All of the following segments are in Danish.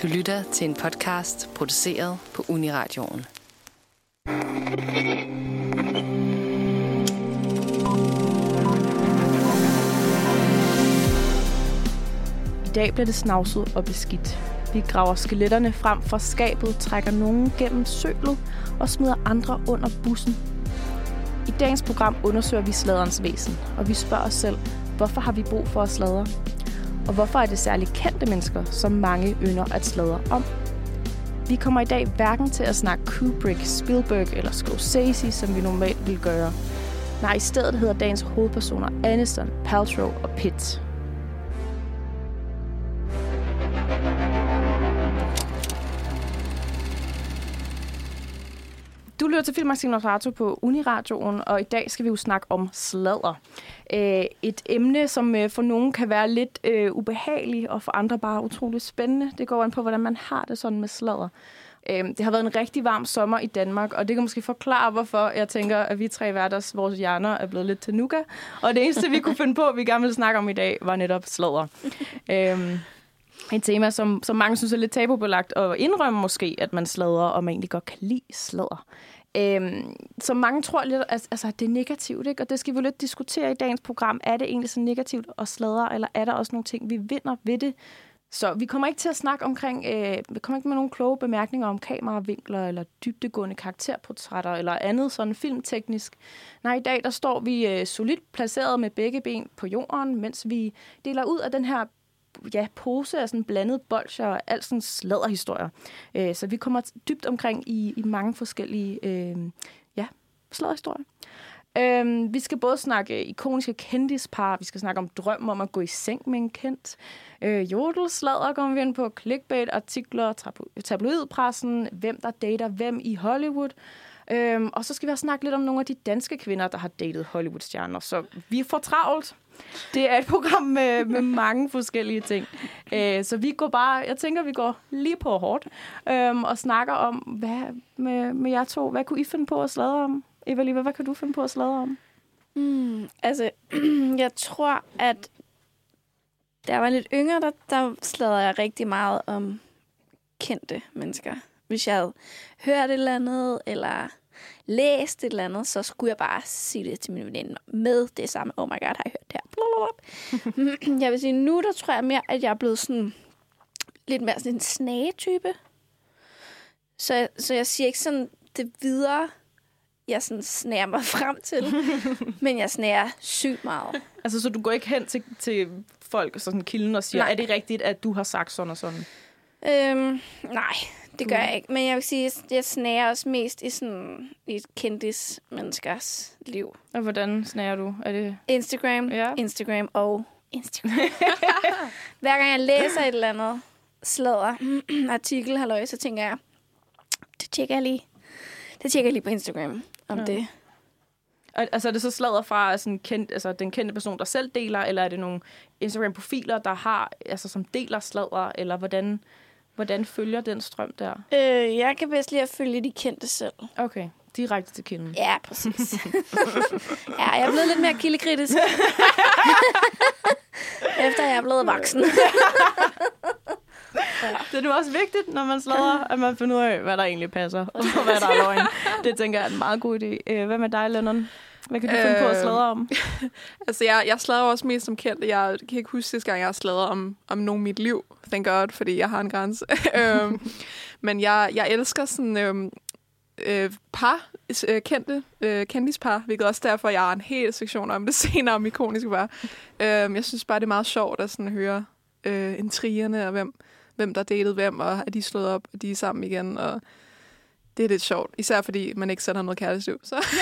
Du lytter til en podcast produceret på Uniradioen. I dag bliver det snavset og beskidt. Vi graver skeletterne frem fra skabet, trækker nogen gennem sølet og smider andre under bussen. I dagens program undersøger vi sladderens væsen, og vi spørger os selv, hvorfor har vi brug for at sladre? Og hvorfor er det særligt kendte mennesker, som mange ynder at sladre om? Vi kommer i dag hverken til at snakke Kubrick, Spielberg eller Scorsese, som vi normalt vil gøre. Nej, i stedet hedder dagens hovedpersoner Aniston, Paltrow og Pitt. Du lytter til Filmmagasinet Nosferatu på Uniradioen, og i dag skal vi jo snakke om sladder. Et emne, som for nogen kan være lidt ubehageligt, og for andre bare utroligt spændende. Det går an på, hvordan man har det sådan med sladder. Det har været en rigtig varm sommer i Danmark, og det kan måske forklare, hvorfor jeg tænker, at vi tre værters, vores hjerner er blevet lidt til nougat. Og det eneste, vi kunne finde på, vi gerne ville snakke om i dag, var netop sladder. Et tema, som mange synes er lidt tabubelagt, og indrømme måske, at man sladrer, og man egentlig godt kan lide sladder. Så mange tror lidt, at det er negativt, ikke? Og det skal vi lidt diskutere i dagens program. Er det egentlig så negativt at sladre, eller er der også nogle ting, vi vinder ved det? Så vi kommer ikke til at snakke omkring, vi kommer ikke med nogle kloge bemærkninger om kameravinkler, eller dybdegående karakterportrætter, eller andet sådan filmteknisk. Nej, i dag der står vi solidt placeret med begge ben på jorden, mens vi deler ud af den her pose af sådan blandet bolsjer og alt sådan sladderhistorier. Så vi kommer dybt omkring i mange forskellige sladderhistorier. Vi skal både snakke ikoniske kendispar, vi skal snakke om drømmen om at gå i seng med en kendt. Jodelsladder kommer vi ind på, clickbait, artikler, tabloidpressen, hvem der dater hvem i Hollywood. Og så skal vi også snakke lidt om nogle af de danske kvinder, der har datet Hollywood-stjerner. Så vi får travlt. Det er et program med mange forskellige ting. Så vi går jeg tænker, vi går lige på hårdt og snakker om, hvad med jer to, hvad kunne I finde på at sladre om? Eva-Liva, hvad kan du finde på at sladre om? Jeg tror, at da jeg var lidt yngre, der sladrede jeg rigtig meget om kendte mennesker. Hvis jeg havde hørt et eller andet, eller læst et eller andet, så skulle jeg bare sige det til mine veninder med det samme. Oh my god, har jeg hørt det her? Jeg vil sige, nu der tror jeg mere, at jeg er blevet sådan lidt mere sådan en snagetype. Så jeg siger ikke sådan det videre, jeg sådan snærer mig frem til, men jeg snærer sygt meget. Altså, så du går ikke hen til folk og sådan kilden og siger, nej, er det rigtigt, at du har sagt sådan og sådan? Nej, det gør jeg ikke. Men jeg vil sige, at jeg snærer også mest i sådan et kendis menneskers liv. Og hvordan snærer du? Er det Instagram, ja. Instagram. Hver gang jeg læser et eller andet sladder artikel, halløj, så tænker jeg, det tjekker jeg lige på Instagram om det. Altså er det så sladder fra sådan den kendte person, der selv deler, eller er det nogle Instagram-profiler, der har, altså som deler sladder, eller hvordan følger den strøm der? Jeg kan bedst lide at følge de kendte selv. Okay, direkte til kilden. Ja, præcis. Ja, jeg er blevet lidt mere kildekritisk. Efter jeg er blevet voksen. Ja. Det er nu også vigtigt, når man sladrer, at man finder ud af, hvad der egentlig passer, og hvad der er løgn. Det tænker jeg er en meget god idé. Hvad med dig, Lennon? Hvad kan du finde på at sladre om? Altså, jeg sladrer også mest som kendt. Jeg kan ikke huske sidste gang, jeg har sladret om nogen i mit liv. Thank God, fordi jeg har en grænse. Men jeg elsker sådan kendte kendispar, hvilket også derfor, jeg har en hel sektion om det senere, om ikoniske par. Jeg synes bare, det er meget sjovt at sådan høre intrigerne, og hvem der datede hvem, og er de slået op, og de er sammen igen, og det er lidt sjovt. Især fordi man ikke selv har noget kærlighedsliv.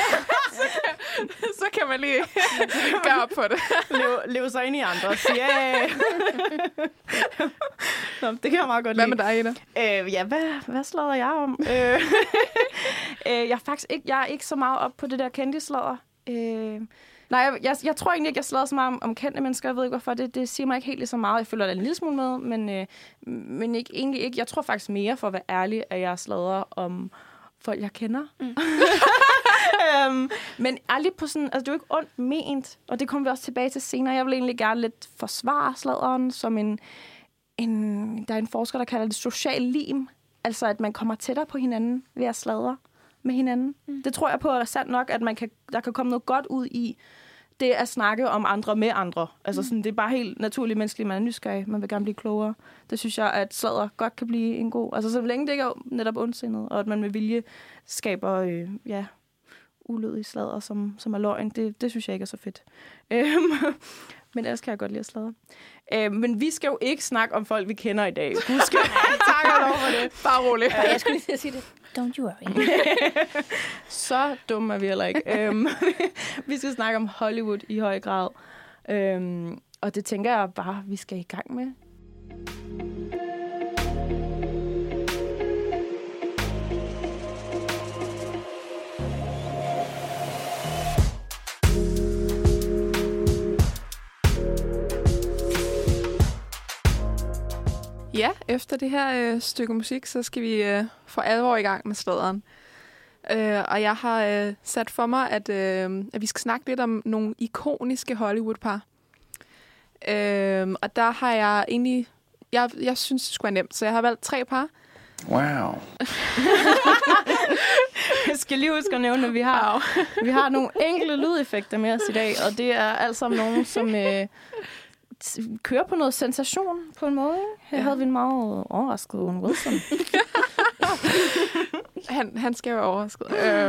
Så kan man lige gøre op på det. Leve sig ind i andre. Yeah. Nå, det kan jeg meget godt lide. Hvad med dig, Ida? Hvad sladrer jeg om? Jeg er ikke så meget op på det der kendisladder. Nej, jeg tror egentlig ikke, jeg sladrer så meget om kendte mennesker. Jeg ved ikke, hvorfor. Det siger mig ikke helt så meget. Jeg føler det en lille smule med, men egentlig ikke. Jeg tror faktisk mere, for at være ærlig, at jeg sladrer om folk, jeg kender. Men aldrig på sådan... Altså, det er jo ikke ondt ment, og det kommer vi også tilbage til senere. Jeg vil egentlig gerne lidt forsvare sladderen som en der er en forsker, der kalder det social lim. Altså, at man kommer tættere på hinanden ved at sladre med hinanden. Det tror jeg på er sandt nok, at der kan komme noget godt ud i det at snakke om andre med andre. Altså, sådan, det er bare helt naturligt menneskeligt, man er nysgerrig. Man vil gerne blive klogere. Det synes jeg, at sladder godt kan blive en god... Altså, så længe det ikke er netop ondsindet, og at man med vilje skaber ulydige sladder, som er løgn, det synes jeg ikke er så fedt. Men ellers kan jeg godt lide at sladre. Men vi skal jo ikke snakke om folk, vi kender i dag. Husk, tak og lov for det. Bare roligt. Jeg skulle lige til at sige det. Don't you worry. Så dumme er vi heller ikke. Vi skal snakke om Hollywood i høj grad. Og det tænker jeg bare, vi skal i gang med. Ja, efter det her stykke musik, så skal vi for alvor i gang med sladderen. Og jeg har sat for mig, at vi skal snakke lidt om nogle ikoniske Hollywood-par. Og der har jeg egentlig... Jeg synes, det skulle være nemt, så jeg har valgt 3 par. Wow. Jeg skal lige huske at nævne, at vi har nogle enkelte lydeffekter med os i dag, og det er alt sammen nogen, som... kører på noget sensation på en måde. Her havde vi en meget overrasket Owen Wilson. Han skal være overrasket.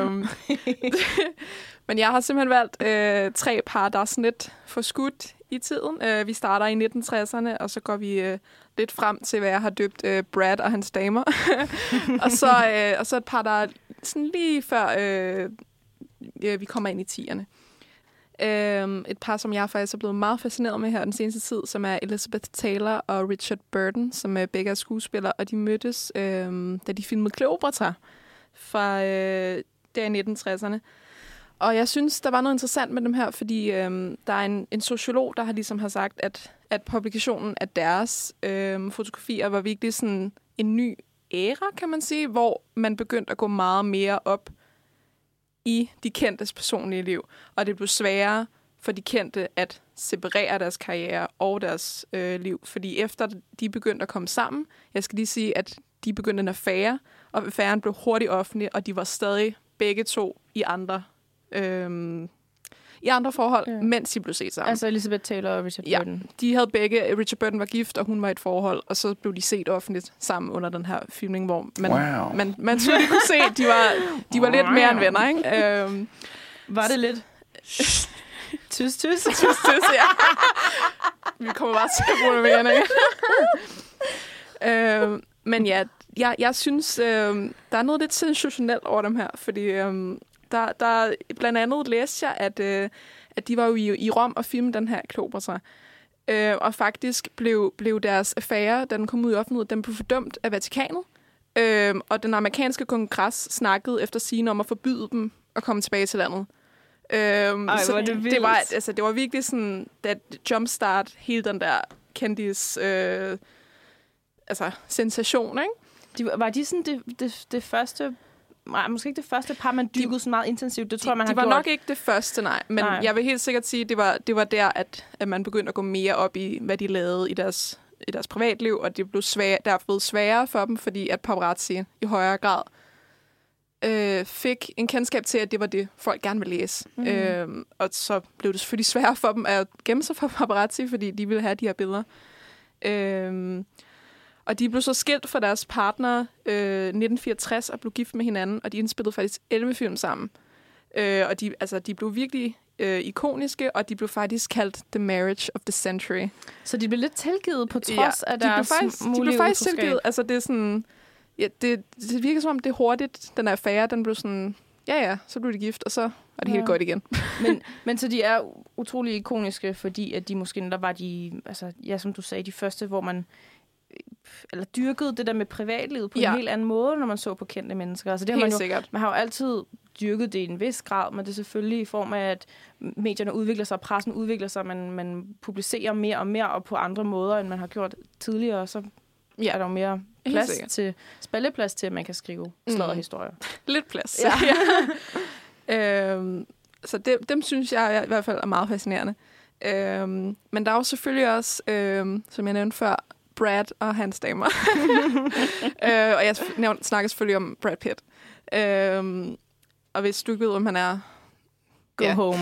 Men jeg har simpelthen valgt 3 par, der er sådan lidt forskudt i tiden. Vi starter i 1960'erne, og så går vi lidt frem til, hvad jeg har døbt Brad og hans damer. og så et par, der er sådan lige før vi kommer ind i 10'erne. Et par, som jeg faktisk er blevet meget fascineret med her den seneste tid, som er Elizabeth Taylor og Richard Burton, som begge er skuespillere, og de mødtes, da de filmede Cleopatra fra der i 1960'erne. Og jeg synes, der var noget interessant med dem her, fordi der er en sociolog, der har sagt, at publikationen af deres fotografier var virkelig sådan en ny æra, kan man sige, hvor man begyndte at gå meget mere op i de kendtes personlige liv. Og det blev sværere for de kendte at separere deres karriere og deres liv. Fordi efter de begyndte at komme sammen, jeg skal lige sige, at de begyndte en affære, og affæren blev hurtigt offentlig, og de var stadig begge to i andre forhold, mens de blev set sammen. Altså Elizabeth Taylor og Richard Burton. Ja, de havde begge... Richard Burton var gift, og hun var i et forhold, og så blev de set offentligt sammen under den her filmning, hvor man tydeligt kunne se, at de var lidt mere end venner, ikke? Var det lidt... Tys, ja. Vi kommer bare til at bruge det mere, ikke? Men ja, jeg synes, der er noget lidt sensationelt over dem her, fordi der blandt andet læste jeg, at de var jo i Rom og filmede den her Cleopatra. Og faktisk blev deres affære, da den kom ud i offentlighed, den blev fordømt af Vatikanet. Og den amerikanske kongres snakkede efter sigende om at forbyde dem at komme tilbage til landet. Så det var virkelig sådan, at jumpstart hele den der kendis sensation, ikke? Var de sådan det første... Nej, måske ikke det første par, man dyrkede så meget intensivt. Det tror jeg, man har gjort. Det var nok ikke det første, nej. Men jeg vil helt sikkert sige, at det var der, at man begyndte at gå mere op i, hvad de lavede i deres privatliv, og det blev der er blevet sværere for dem, fordi at paparazzi i højere grad fik en kendskab til, at det var det, folk gerne ville læse. Og så blev det selvfølgelig sværere for dem at gemme sig for paparazzi, fordi de ville have de her billeder. Og de blev så skilt fra deres partner 1964 og blev gift med hinanden, og de indspillede faktisk 11 film sammen. Og de blev virkelig ikoniske, og de blev faktisk kaldt The Marriage of the Century. Så de blev lidt tilgivet på trods af deres de blev faktisk tilgivet. Altså det er sådan... Ja, det virker som om, det er hurtigt. Den affære, den blev sådan... Ja, så blev de gift, og så var det helt godt igen. men så de er utrolig ikoniske, fordi at de måske der var de... Altså, ja, som du sagde, de første, hvor man... eller dyrkede det der med privatlivet på en helt anden måde, når man så på kendte mennesker. Altså det har man har jo altid dyrket det i en vis grad, men det er selvfølgelig i form af, at medierne udvikler sig, pressen udvikler sig, man publicerer mere og mere, og på andre måder, end man har gjort tidligere, så er der jo mere spalleplads til, at man kan skrive sladderhistorier. Lidt plads. Ja. Så dem synes jeg i hvert fald er meget fascinerende. Men der er jo selvfølgelig også, som jeg nævnte før, Brad og hans damer. Og jeg snakker selvfølgelig om Brad Pitt. Og hvis du ikke ved, om han er... Go home.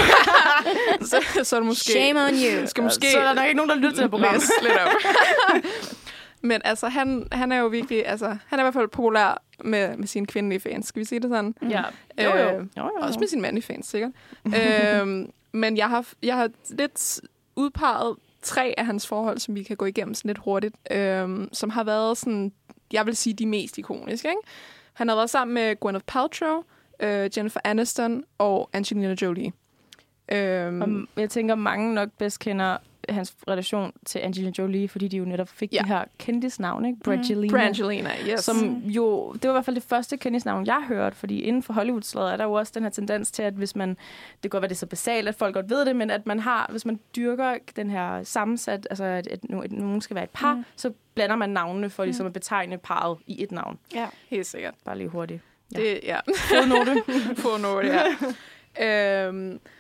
så er det måske... Shame on you. Så er der nok ikke nogen, der lytter til det program. Læs lidt op. Men altså, han er jo virkelig... Altså, han er i hvert fald populær med sine kvindelige fans. Skal vi sige det sådan? Ja. Jo. Også med sine mandlige fans, sikkert. Men jeg har lidt udpeget 3 af hans forhold, som vi kan gå igennem sådan lidt hurtigt, som har været sådan, jeg vil sige, de mest ikoniske. Ikke? Han har været sammen med Gwyneth Paltrow, Jennifer Aniston og Angelina Jolie. Jeg tænker, mange nok bedst kender hans relation til Angelina Jolie, fordi de jo netop fik de her kendisnavn, ikke? Brangelina, yes. Som jo, det var i hvert fald det første kendisnavn, jeg hørte, fordi inden for Hollywood-slaget er der jo også den her tendens til, at hvis man, det kan godt være, det er så basalt, at folk godt ved det, men at man har, hvis man dyrker den her sammensat, altså at nogen skal være et par, så blander man navnene for ligesom at betegne parret i et navn. Ja, helt sikkert. Bare lige hurtigt. Ja. Det, ja. Fodnote, ja.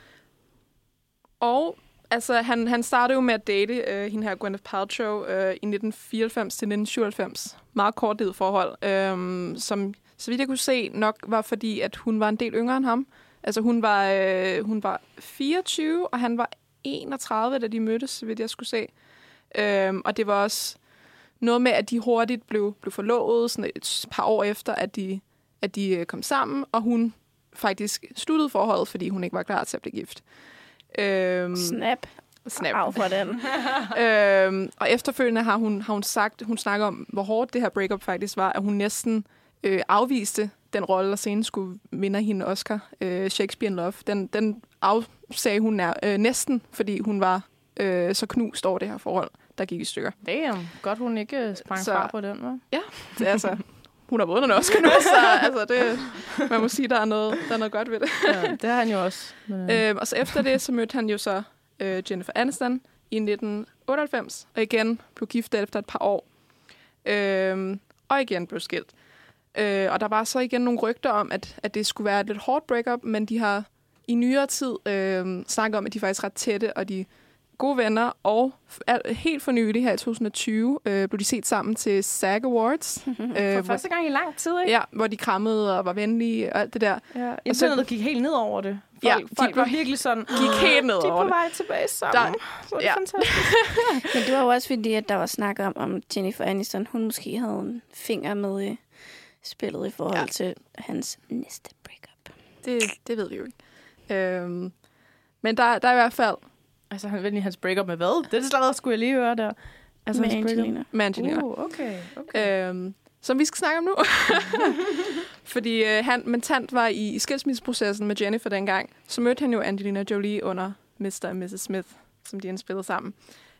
Og altså, han startede jo med at date hende her, Gwyneth Paltrow, i 1994 til 1997. Meget kortlivet forhold, som, så vidt jeg kunne se, nok var fordi, at hun var en del yngre end ham. Altså, hun var 24, og han var 31, da de mødtes, så vidt jeg skulle se. Og det var også noget med, at de hurtigt blev forlovet, sådan et par år efter, at de kom sammen, og hun faktisk sluttede forholdet, fordi hun ikke var klar til at blive gift. Snap. Af for den. Og efterfølgende har hun snakker om, hvor hårdt det her breakup faktisk var, at hun næsten afviste den rolle, der senere skulle vinde hende Oscar, Shakespeare in Love. Den afsagde hun næsten, fordi hun var så knust over det her forhold, der gik i stykker. Damn, godt hun ikke sprang fra på den, hva'? Ja, det er altså... Hun har vundet en Oscar nu, så altså det, man må sige, der er noget godt ved det. Ja, det har han jo også. Men... og så efter det, så mødte han jo så Jennifer Aniston i 1998, og igen blev gift efter et par år. Og igen blev skilt. Og der var så igen nogle rygter om, at det skulle være et lidt hårdt breakup, men de har i nyere tid snakket om, at de er faktisk ret tætte, og de gode venner, og helt for nylig her i 2020 blev de set sammen til SAG Awards. For første gang i lang tid, ikke? Ja, hvor de krammede og var venlige og alt det der. Ja, internettet gik helt ned over det. Folk var virkelig sådan, gik helt ned over det. De er på vej tilbage sammen. Så det er fantastisk. Men det var jo også fordi, at der var snak om Jennifer Aniston. Hun måske havde en finger med i spillet i forhold til hans næste breakup. Det ved vi jo ikke. Men der er i hvert fald... Altså, han vendte hans breakup med hvad? Det slaget skulle jeg lige høre der. Altså, med Angelina. Med Angelina. Okay. Som vi skal snakke om nu. Fordi Tant var i skilsmisseprocessen med Jennifer dengang. Så mødte han jo Angelina Jolie under Mr. og Mrs. Smith, som de indspillede sammen.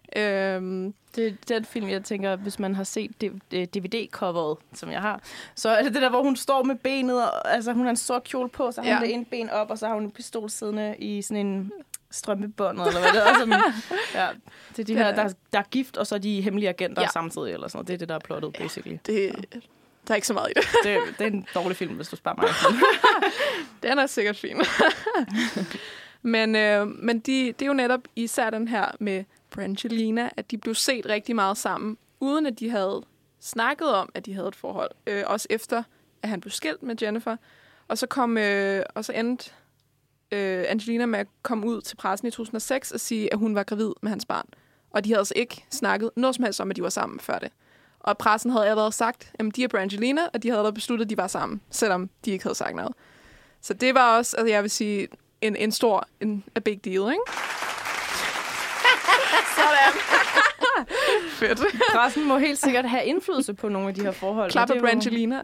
Det er den film, jeg tænker, hvis man har set DVD-coveret, som jeg har, så er det der, hvor hun står med benet, og altså, hun har en sort kjole på, så har hun det ene ben op, og så har hun en pistol siddende i sådan en strømpebånd, eller hvad det er. Sådan, ja, det er de her, der er gift, og så er de hemmelige agenter samtidig, eller sådan noget. Det er det, der er plottet, basically. Der er ikke så meget i det. Det er en dårlig film, hvis du spørger mig. Den er sikkert fin. Men det er jo netop især den her med Brangelina, at de blev set rigtig meget sammen, uden at de havde snakket om, at de havde et forhold. Også efter, at han blev skilt med Jennifer. Og så endte Angelina med at komme ud til pressen i 2006 og sige, at hun var gravid med hans barn. Og de havde altså ikke snakket noget som helst om, at de var sammen før det. Og pressen havde allerede sagt, at de er Brangelina, og de havde allerede besluttet, at de var sammen, selvom de ikke havde sagt noget. Så det var også, altså jeg vil sige, en stor, a big deal, ikke? Sådan. Fedt. Pressen må helt sikkert have indflydelse på nogle af de her forhold. Klap af Brangelina.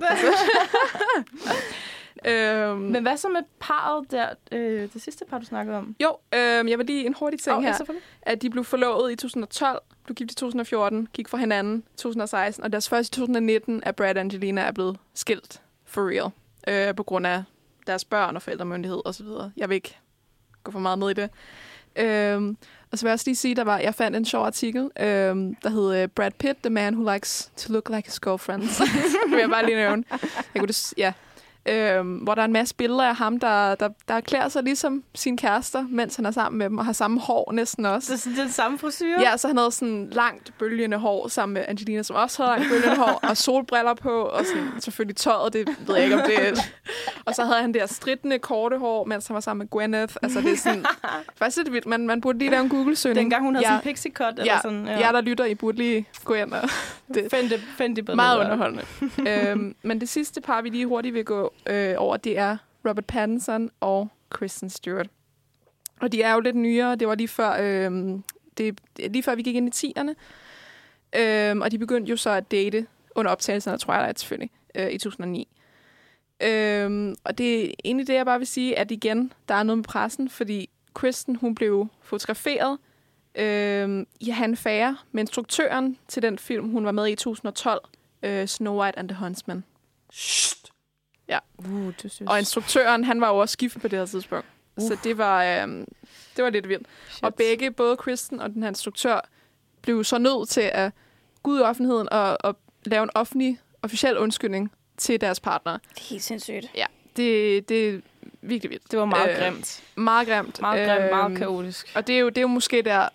Men hvad så med parret der, det sidste par, du snakkede om? Jo, jeg vil lige en hurtig ting her. At de blev forlovet i 2012, blev gift i 2014, gik fra hinanden i 2016, og deres først i 2019, at Brad og Angelina er blevet skilt for real. På grund af deres børn og forældremyndighed osv. Jeg vil ikke gå for meget ned i det. Og så vil jeg også lige sige, jeg fandt en sjov artikel, der hed Brad Pitt, the man who likes to look like his girlfriends. Det vil jeg bare lige nævne. hvor der er en masse billeder af ham, der klæder sig ligesom sine kærester, mens han er sammen med dem, og har samme hår næsten også. Det er den samme frisyr? Ja, så han havde sådan langt bølgende hår sammen med Angelina, som også havde langt bølgende hår, og solbriller på, og sådan, selvfølgelig tøjet, det ved jeg ikke, om det er. Og så havde han der strittende korte hår, mens han var sammen med Gwyneth. Altså, det er sådan, faktisk lidt vildt. Man burde lige lave en Google-søgning. Dengang hun havde sådan en pixie cut, eller sådan. Ja, der lytter, I burde lige gå ind og... Find det meget underholdende. Men det sidste par, vi lige hurtigt vil gå over, det er Robert Pattinson og Kristen Stewart. Og de er jo lidt nyere. Det var lige før, vi gik ind i 10'erne. Og de begyndte jo så at date under optagelserne af Twilight, selvfølgelig, i 2009. Og det er egentlig det, jeg bare vil sige, at igen, der er noget med pressen, fordi Kristen, hun blev fotograferet i Han Affære med instruktøren til den film, hun var med i 2012, Snow White and the Huntsman. Shht. Ja. Og instruktøren, han var jo også gift på det her tidspunkt. Så det var lidt vildt. Shit. Og begge, både Kristen og den her instruktør, blev så nødt til at gå ud i offentligheden og lave en officiel undskyldning til deres partner. Det er helt sindssygt. Ja, det er virkelig vildt. Det var meget grimt. Meget grimt. Meget kaotisk. Og det er jo måske der...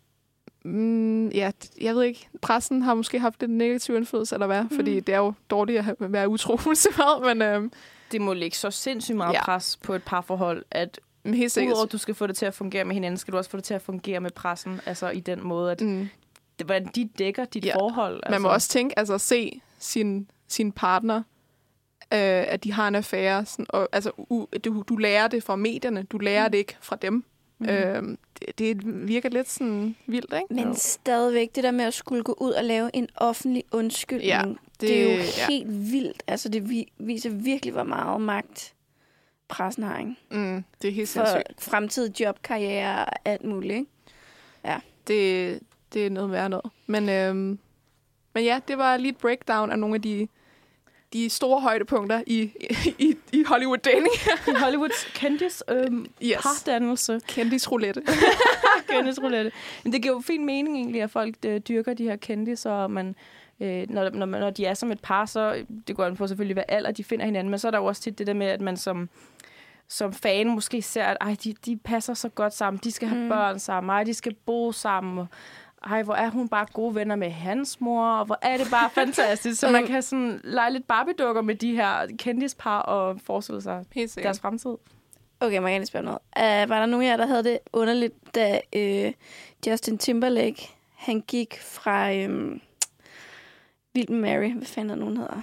jeg ved ikke. Pressen har måske haft lidt negativ indflydelse, eller hvad? Fordi det er jo dårligt at være utro så meget, men... det må lægge så sindssygt meget pres på et parforhold, at udover at du skal få det til at fungere med hinanden, skal du også få det til at fungere med pressen, altså i den måde, at hvordan de dækker dit forhold. Altså. Man må også tænke, altså se sin partner, at de har en affære, sådan, og, altså, du lærer det fra medierne, du lærer det ikke fra dem. Det virker lidt sådan vildt, ikke? Men stadigvæk, det der med at skulle gå ud og lave en offentlig undskyldning, det er jo helt vildt. Altså, det viser virkelig, hvor meget magt pressen har, ikke? Det er helt sindssygt. For fremtidig job, karriere og alt muligt, ikke? Ja. Det er noget værd noget. Men ja, det var lige et breakdown af nogle af de store højdepunkter i Hollywood dating. I Hollywoods kendis pardannelse. Kendis roulette. Kendis roulette. Men det giver jo fin mening egentlig, at folk dyrker de her kendis, og man, når de er som et par, så det går an på selvfølgelig, hvad alder de finder hinanden, men så er der jo også tit det der med, at man som fan måske ser, at de passer så godt sammen, de skal have børn sammen, de skal bo sammen, hvor er hun bare gode venner med hans mor, og hvor er det bare fantastisk. Så man kan sådan lege lidt Barbie-dukker med de her kendispar og forestille sig deres fremtid. Okay, må jeg lige spørge noget. Var der nogen af jer, der havde det underligt, da Justin Timberlake, han gik fra Vild med Mary? Hvad fanden er nogen hedder?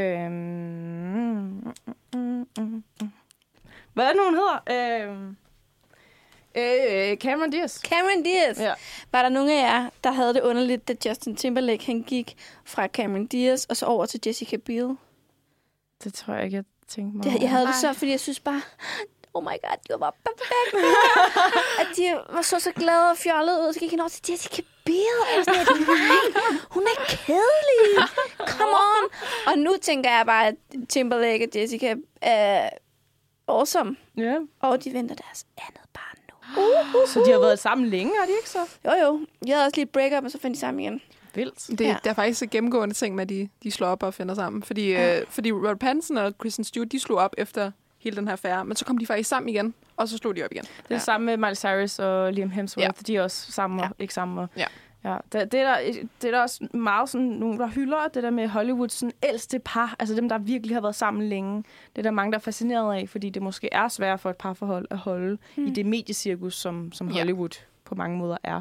Hvad er det, nogen hedder? Cameron Diaz. Cameron Diaz. Ja. Var der nogen af jer, der havde det underligt, da Justin Timberlake han gik fra Cameron Diaz og så over til Jessica Biel? Det tror jeg ikke, jeg tænkte mig. Jeg havde det så, fordi jeg synes bare, oh my god, de var bare perfekt. At de var så glade og fjollede ud, så gik han over til Jessica Biel. Og sådan lidt, nej, hun er kedelig. Come on. Og nu tænker jeg bare, at Timberlake og Jessica er awesome. Yeah. Og de venter deres andet barn nu. Så de har været sammen længe, har de ikke så? Jo. Jeg havde også lige et break-up, og så fandt de sammen igen. Vildt. Det er faktisk et gennemgående ting med, at de slår op og finder sammen. Fordi Robert Pattinson og Kristen Stewart, de slog op efter hele den her affære. Men så kom de faktisk sammen igen, og så slog de op igen. Det er samme med Miley Cyrus og Liam Hemsworth. Ja. De er også sammen og ikke sammen. Og, det er der også meget sådan nogen, der hylder det der med Hollywoods sådan ældste par. Altså dem, der virkelig har været sammen længe. Det er der mange, der er fascineret af, fordi det måske er svært for et parforhold at holde i det mediecirkus, som Hollywood på mange måder er.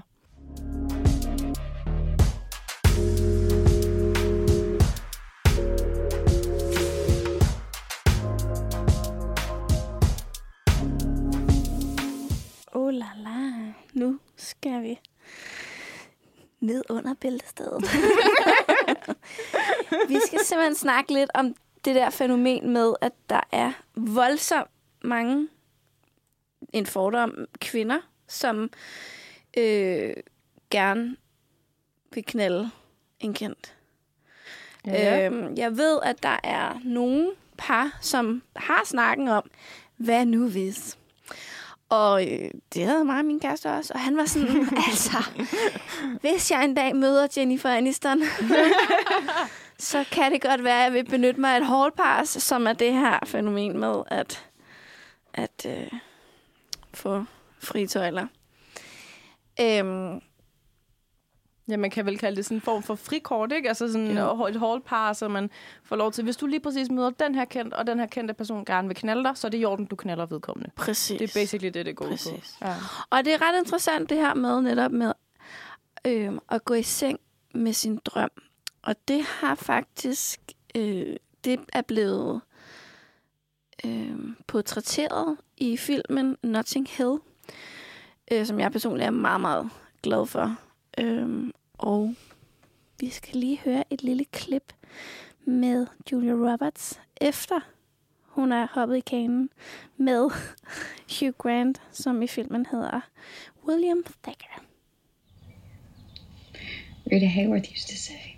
Oh la la. Nu skal vi ned under bæltestedet. Vi skal simpelthen snakke lidt om det der fænomen med, at der er voldsomt mange en fordom kvinder, som gerne vil knalde en kendt. Ja. Jeg ved, at der er nogle par, som har snakken om, hvad nu hvis? Og det havde mig og min kæreste også. Og han var sådan, altså, hvis jeg en dag møder Jennifer Aniston, så kan det godt være, at jeg vil benytte mig af et hall pass, som er det her fænomen med at få frie toiler. Ja, man kan vel kalde det sådan en form for frikort, ikke? Altså sådan et hall pass, så man får lov til, hvis du lige præcis møder den her kendte, og den her kendte person gerne vil knalde dig, så er det i orden, du knaller vedkommende. Præcis. Det er basically det går på. Ja. Og det er ret interessant det her med netop med at gå i seng med sin drøm. Og det har faktisk, det er blevet portrætteret i filmen Notting Hill, som jeg personligt er meget, meget glad for. Og vi skal lige høre et lille klip med Julia Roberts, efter hun er hoppet i kanen med Hugh Grant, som i filmen hedder William Thacker. Rita Hayworth used to say,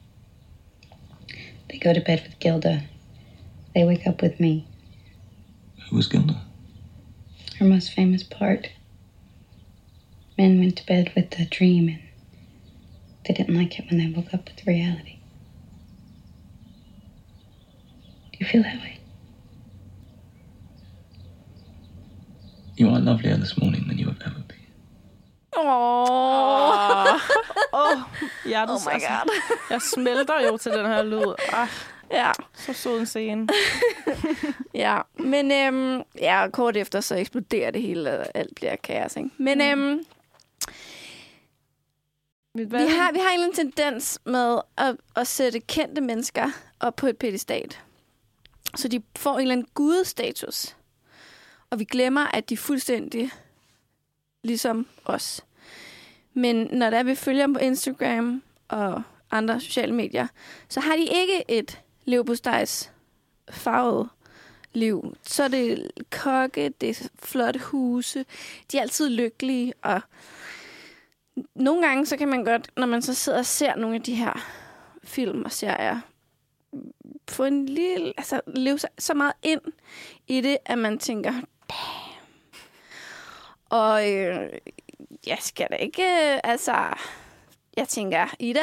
they go to bed with Gilda, they wake up with me. Who was Gilda? Her most famous part. Men went to bed with the dream and they didn't like it when they woke up with reality. Do you feel that way? You are lovelier this morning than you have ever been. Oh my god. Jeg smelter jo til den her lyd. Ja. Så sød en scene. Ja, men kort efter så eksploderer det hele, og alt bliver kaos, ikke? Men vi har en eller anden tendens med at sætte kendte mennesker op på et pedestal. Så de får en eller anden gudestatus. Og vi glemmer, at de er fuldstændig ligesom os. Men når der vi følger dem på Instagram og andre sociale medier, så har de ikke et leverpostejs farvet liv. Så er det kokke, det er flotte huse, de er altid lykkelige, og nogle gange så kan man godt, når man så sidder og ser nogle af de her film og serier, få en lille, altså leve så meget ind i det, at man tænker, damn. Og jeg skal da ikke, jeg tænker, Ida.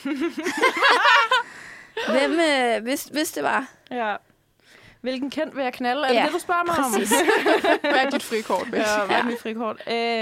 Hvem, hvis det var? Ja. Hvilken kendt vil jeg knalde? Er det det, du spørger mig om? Hvad er dit frikort? Hvad er mit frikort?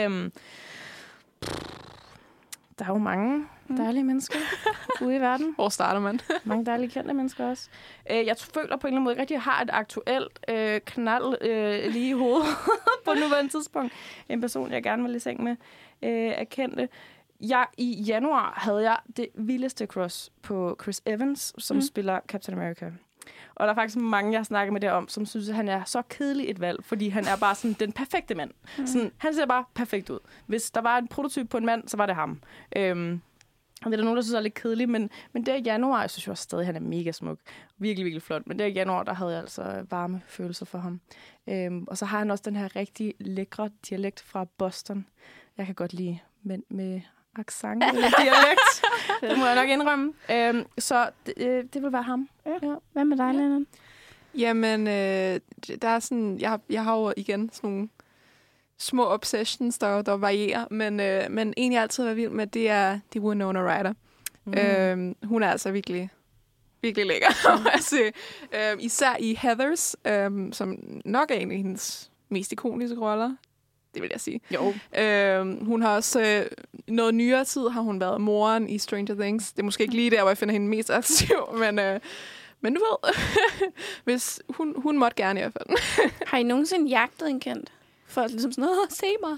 Der er jo mange dejlige mennesker ude i verden. Hvor starter man? Mange dejlige kendte mennesker også. Jeg føler på en eller anden måde ikke rigtig, at jeg har et aktuelt knald lige i hovedet på nuværende tidspunkt. En person, jeg gerne vil i seng med, er kendte. I januar havde jeg det vildeste crush på Chris Evans, som spiller Captain America. Og der er faktisk mange, jeg har snakket med derom, som synes, at han er så kedelig et valg, fordi han er bare sådan den perfekte mand. Sådan, han ser bare perfekt ud. Hvis der var en prototyp på en mand, så var det ham. Og det er der nogen, der synes er lidt kedeligt, men der i januar, jeg synes jo også stadig, at han er mega smuk. Virkelig, virkelig flot. Men der i januar, der havde jeg altså varme følelser for ham. Og så har han også den her rigtig lækre dialekt fra Boston. Jeg kan godt lide mænd med accent eller dialekt. Det må jeg nok indrømme. Så det vil være ham. Ja. Hvad med dig, Lennon? Jamen, der er sådan, jeg har jo igen sådan nogle små obsessions, der varierer, men en, jeg altid har været vild med, det er Winona Ryder. Hun er altså virkelig, virkelig lækker. Altså, især i Heathers, som nok er en af hendes mest ikoniske roller. Det vil jeg sige. Jo. Hun har også noget nyere tid, har hun været moren i Stranger Things. Det er måske ikke lige der, hvor jeg finder hende mest aktiv, men du ved, hvis hun måtte gerne i hvert fald. Har I nogensinde jagtet en kendt? For ligesom sådan noget, se mig.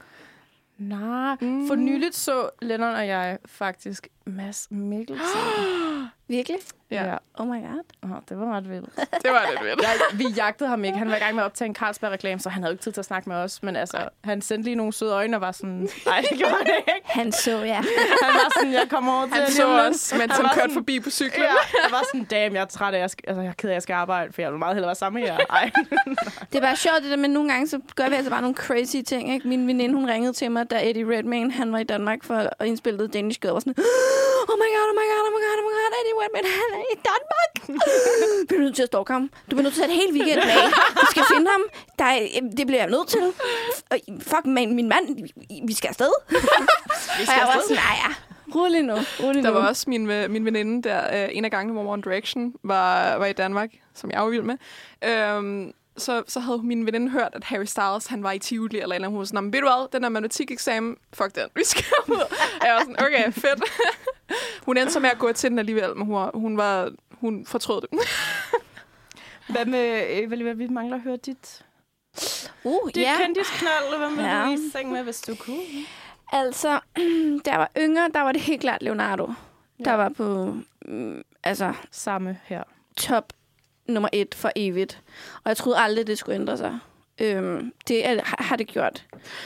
Nej, for nyligt så Lennon og jeg faktisk Mads Mikkelsen. Virkelig? Ja. Oh my god. Det var ret vildt. Det var lidt vildt. Vi jagtede ham ikke. Han var i gang med at optage en Carlsberg-reklame, så han havde ikke tid til at snakke med os. Men altså, han sendte lige nogle søde øjne og var sådan, nej, det gjorde det ikke. Han så, ja. Han var sådan, jeg kommer over til han så også, mens han kørte forbi på cyklen. Ja, jeg var sådan, damn, jeg er træt af, jeg er ked af, jeg skal arbejde, for jeg vil meget hellere være sammen med jer. Ej. Det er bare sjovt, det der, men nogle gange, så gør vi altså bare nogle crazy ting, ikke? Min veninde, hun ringede til mig, da Eddie Redmayne, han var i Danmark for at indspille Danish Girl, og var sådan, oh my god, Eddie Redmayne, han er i Danmark. Du bliver nødt til at stalke ham. Du bliver nødt til at have et helt weekend af. Du skal finde ham. Det bliver jeg nødt til. Fuck, min mand, vi skal afsted. Og jeg var sådan, Rolig nu. Der var også min veninde der, en af gangene, hvor One Direction var i Danmark, som jeg var vild med. Så havde min veninde hørt, at Harry Styles, han var i Tivoli eller andet. Hun var sådan, ved du hvad, den der matematikeksamen, fuck den, vi skal ud. Og jeg var sådan, okay, fedt. Hun endte så med at gå til den alligevel, men hun fortrød det. Hvad med, Eva, vi mangler at høre dit kendisknold, hvad vil du i seng med, hvis du kunne? Altså, da jeg var yngre, der var det helt klart Leonardo. Der var på, samme her. Top nummer 1 for evigt. Og jeg troede aldrig, det skulle ændre sig. Det har det gjort.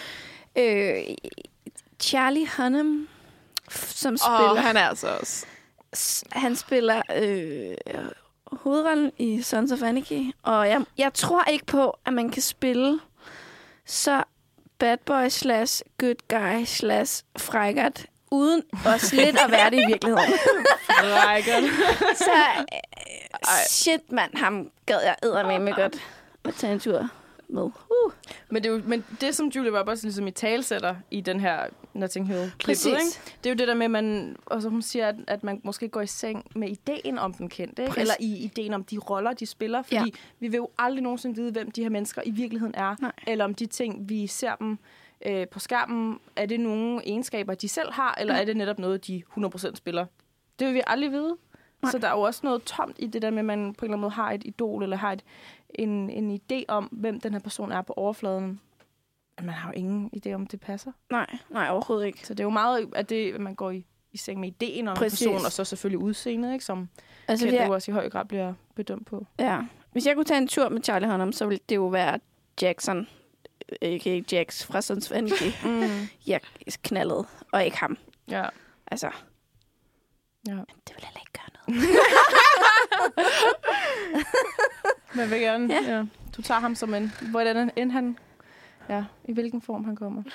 Charlie Hunnam, som spiller... han er altså også... Han spiller hovedrollen i Sons of Anarchy. Og jeg tror ikke på, at man kan spille så bad boy / good guy / frækkert, uden også lidt at være det i virkeligheden. Så shit, mand, ham gad jeg eddermame godt at tage en tur med. Men det, som Julia Roberts ligesom i talsætter i den her Notting Hill-klippet, ikke? Det er jo det der med, hun siger, at man måske går i seng med ideen om den kendte, ikke? Eller i ideen om de roller, de spiller, fordi vi vil jo aldrig nogensinde vide, hvem de her mennesker i virkeligheden er, eller om de ting, vi ser dem på skærmen, er det nogle egenskaber, de selv har, eller er det netop noget, de 100% spiller? Det vil vi aldrig vide. Nej. Så der er jo også noget tomt i det der med, at man på en eller anden måde har et idol, eller har en idé om, hvem den her person er på overfladen. Men man har jo ingen idé om, det passer. Nej, overhovedet ikke. Så det er jo meget, at man går i seng med ideen om en person, og så selvfølgelig udseendet, ikke, som jo også i høj grad bliver bedømt på. Ja. Hvis jeg kunne tage en tur med Charlie Hunnam, så ville det jo være Jackson, ikke Jax fra Sons of Anarchy. Jeg knaldede, og ikke ham. Ja. Altså. Ja. Men det vil heller ikke gøre noget. Men vil gerne, ja. Du tager ham som hvordan end han, i hvilken form han kommer.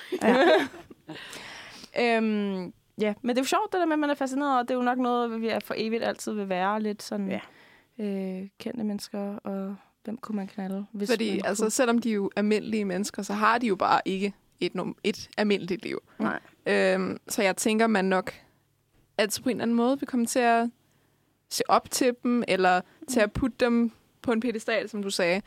Ja. Men det er jo sjovt, det der med, at man er fascineret, og det er jo nok noget, vi er for evigt altid vil være lidt sådan kendte mennesker, og hvem kunne man knalde? Fordi altså, selvom de er jo almindelige mennesker, så har de jo bare ikke et almindeligt liv. Nej. Så jeg tænker, man nok at på en eller anden måde vil komme til at se op til dem, eller til at putte dem på en pedestal, som du sagde.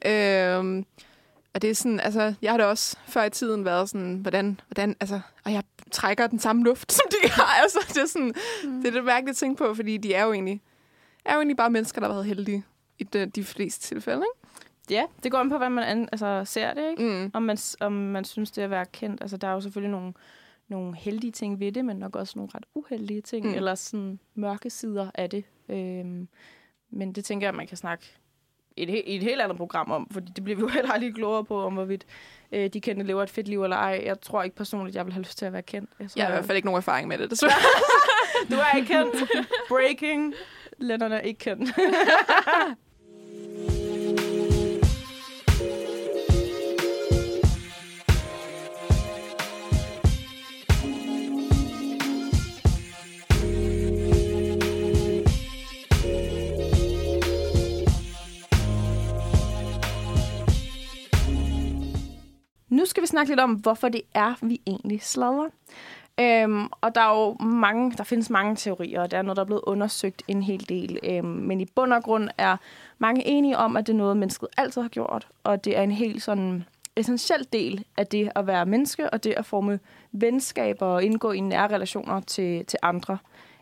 Og det er sådan, altså, jeg har da også før i tiden været sådan, hvordan altså, og jeg trækker den samme luft, som de har. Altså, det er sådan, det er lidt mærkeligt at tænke på, fordi de er jo egentlig bare mennesker, der har været heldige i de fleste tilfælde, ikke? Ja, det går an på, hvad man ser det, ikke? Om man synes, det er at være kendt. Altså, der er jo selvfølgelig nogle heldige ting ved det, men nok også nogle ret uheldige ting, eller sådan mørke sider af det. Men det tænker jeg, at man kan snakke i et helt andet program om, fordi det bliver vi jo heller aldrig klogere på, om hvorvidt de kendte lever et fedt liv eller ej. Jeg tror ikke personligt, jeg vil have lyst til at være kendt. Jeg har i hvert fald ikke nogen erfaring med det, desværre. Du er ikke kendt. Breaking. Lennon er ikke kendt. Nu skal vi snakke lidt om, hvorfor det er, vi egentlig sladrer. Og der findes mange teorier, og der er noget, der er blevet undersøgt en hel del. Men i bund og grund er mange enige om, at det er noget, mennesket altid har gjort. Og det er en helt sådan essentiel del af det at være menneske, og det at forme venskaber og indgå i nære relationer til andre.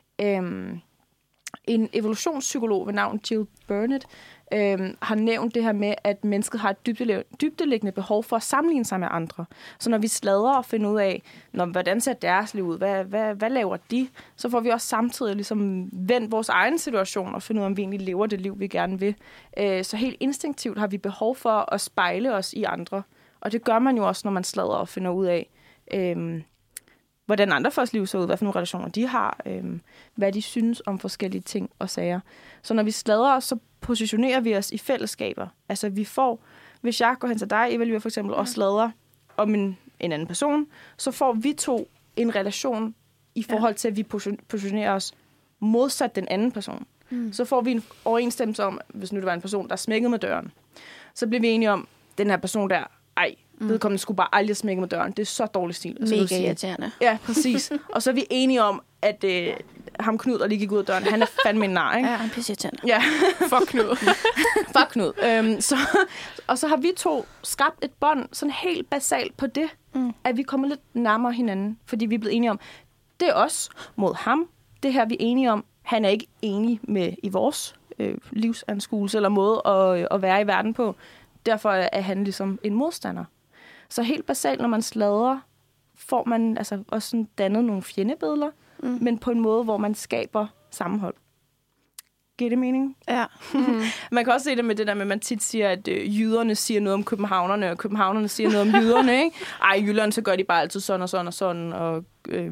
En evolutionspsykolog ved navn Jill Burnett har nævnt det her med, at mennesket har et dybdeliggende behov for at sammenligne sig med andre. Så når vi sladrer og finder ud af, hvordan ser deres liv ud, hvad laver de, så får vi også samtidig ligesom vendt vores egen situation og finde ud af, om vi egentlig lever det liv, vi gerne vil. Så helt instinktivt har vi behov for at spejle os i andre. Og det gør man jo også, når man sladrer og finder ud af, hvordan andre folks liv ser ud, hvad for nogle relationer de har, hvad de synes om forskellige ting og sager. Så når vi sladrer, så positionerer vi os i fællesskaber. Altså vi får, hvis jeg går hen til dig, Eva, for eksempel, og sladrer om en anden person, så får vi to en relation i forhold til, at vi positionerer os modsat den anden person. Så får vi en overensstemmelse om, hvis nu det var en person, der smækkede med døren, så bliver vi enige om, den her person der, Vedkommende skulle bare aldrig smække med døren. Det er så dårlig stil. Mega irriterende. Ja, præcis. Og så er vi enige om, at ham Knud, der lige gik ud af døren, han er fandme en nar, ikke? Ja, han er pisseirriterende. Ja. Fuck Knud. Fuck Knud. Og så har vi to skabt et bånd, sådan helt basalt på det, at vi kommer lidt nærmere hinanden, fordi vi er blevet enige om, det er os mod ham. Det her vi er enige om. Han er ikke enig med i vores livsanskuelse eller måde at være i verden på. Derfor er han ligesom en modstander. Så helt basalt, når man sladrer, får man altså også sådan dannet nogle fjendebilleder, men på en måde, hvor man skaber sammenhold. Giver det mening? Ja. Man kan også se det med det der med, at man tit siger, at jyderne siger noget om københavnerne, og københavnerne siger noget om jyderne, ikke? Ej, i Jylland, så gør de bare altid sådan og sådan og sådan, og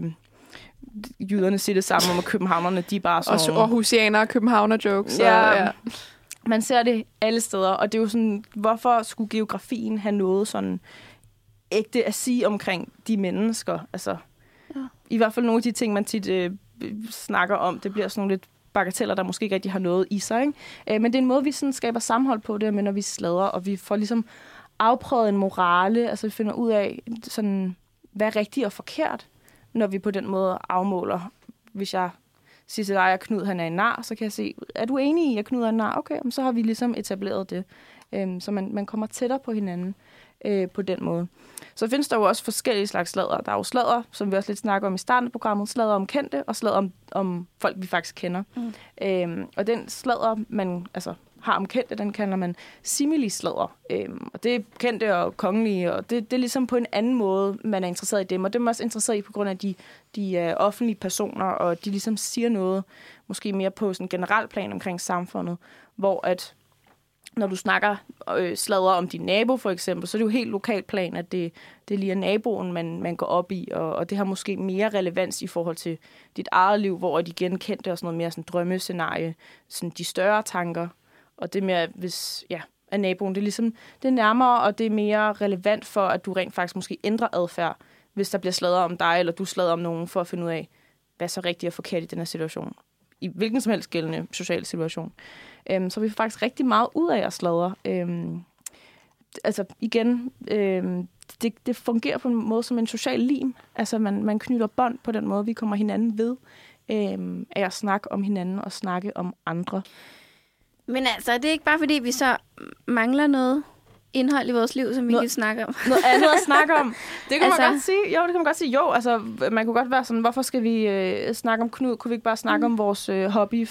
jyderne siger det samme om, at københavnerne, de er bare sådan... Også aarhusianer og københavner-jokes. Ja. Man ser det alle steder, og det er jo sådan, hvorfor skulle geografien have noget sådan ægte at sige omkring de mennesker? Altså, i hvert fald nogle af de ting, man tit snakker om, det bliver sådan nogle lidt bagateller, der måske ikke rigtig har noget i sig, ikke? Men det er en måde, vi sådan skaber sammenhold på det, men når vi sladrer, og vi får ligesom afprøvet en morale, altså vi finder ud af, sådan, hvad er rigtigt og forkert, når vi på den måde afmåler. Hvis jeg siger til dig, at Knud han er en nar, så kan jeg se, er du enig i, at Knud er en nar? Okay, så har vi ligesom etableret det. Så man kommer tættere på hinanden på den måde. Så findes der jo også forskellige slags sladder. Der er jo sladder, som vi også lidt snakker om i starten af programmet, sladder om kendte, og sladder om folk, vi faktisk kender. Og den sladder, man altså har om kendte, den kalder man similisladder. Og det er kendte og kongelige, og det er ligesom på en anden måde, man er interesseret i dem. Og det er man også interesseret i på grund af de offentlige personer, og de ligesom siger noget, måske mere på sådan en generel plan omkring samfundet, hvor at når du snakker sladder om din nabo, for eksempel, så er det jo helt lokalt plan, at det lige er naboen, man går op i, og det har måske mere relevans i forhold til dit eget liv, hvor de igen kendte og sådan noget mere sådan drømmescenarie, sådan de større tanker, og det med, hvis, at naboen, det er ligesom, det er nærmere, og det er mere relevant for, at du rent faktisk måske ændrer adfærd, hvis der bliver sladret om dig, eller du sladrer om nogen, for at finde ud af, hvad er så rigtigt og forkert i den her situation. I hvilken som helst gældende social situation. Så vi får faktisk rigtig meget ud af at sladre. Altså igen, det fungerer på en måde som en social lim. Altså man knytter bånd på den måde, vi kommer hinanden ved af at snakke om hinanden og snakke om andre. Men altså, det er ikke bare fordi, vi så mangler noget indhold i vores liv, som vi kan snakke om. Noget andet at snakke om. Det kan man godt sige. Jo, det kan man godt sige. Jo, altså, man kunne godt være sådan, hvorfor skal vi snakke om Knud? Kunne vi ikke bare snakke om vores hobby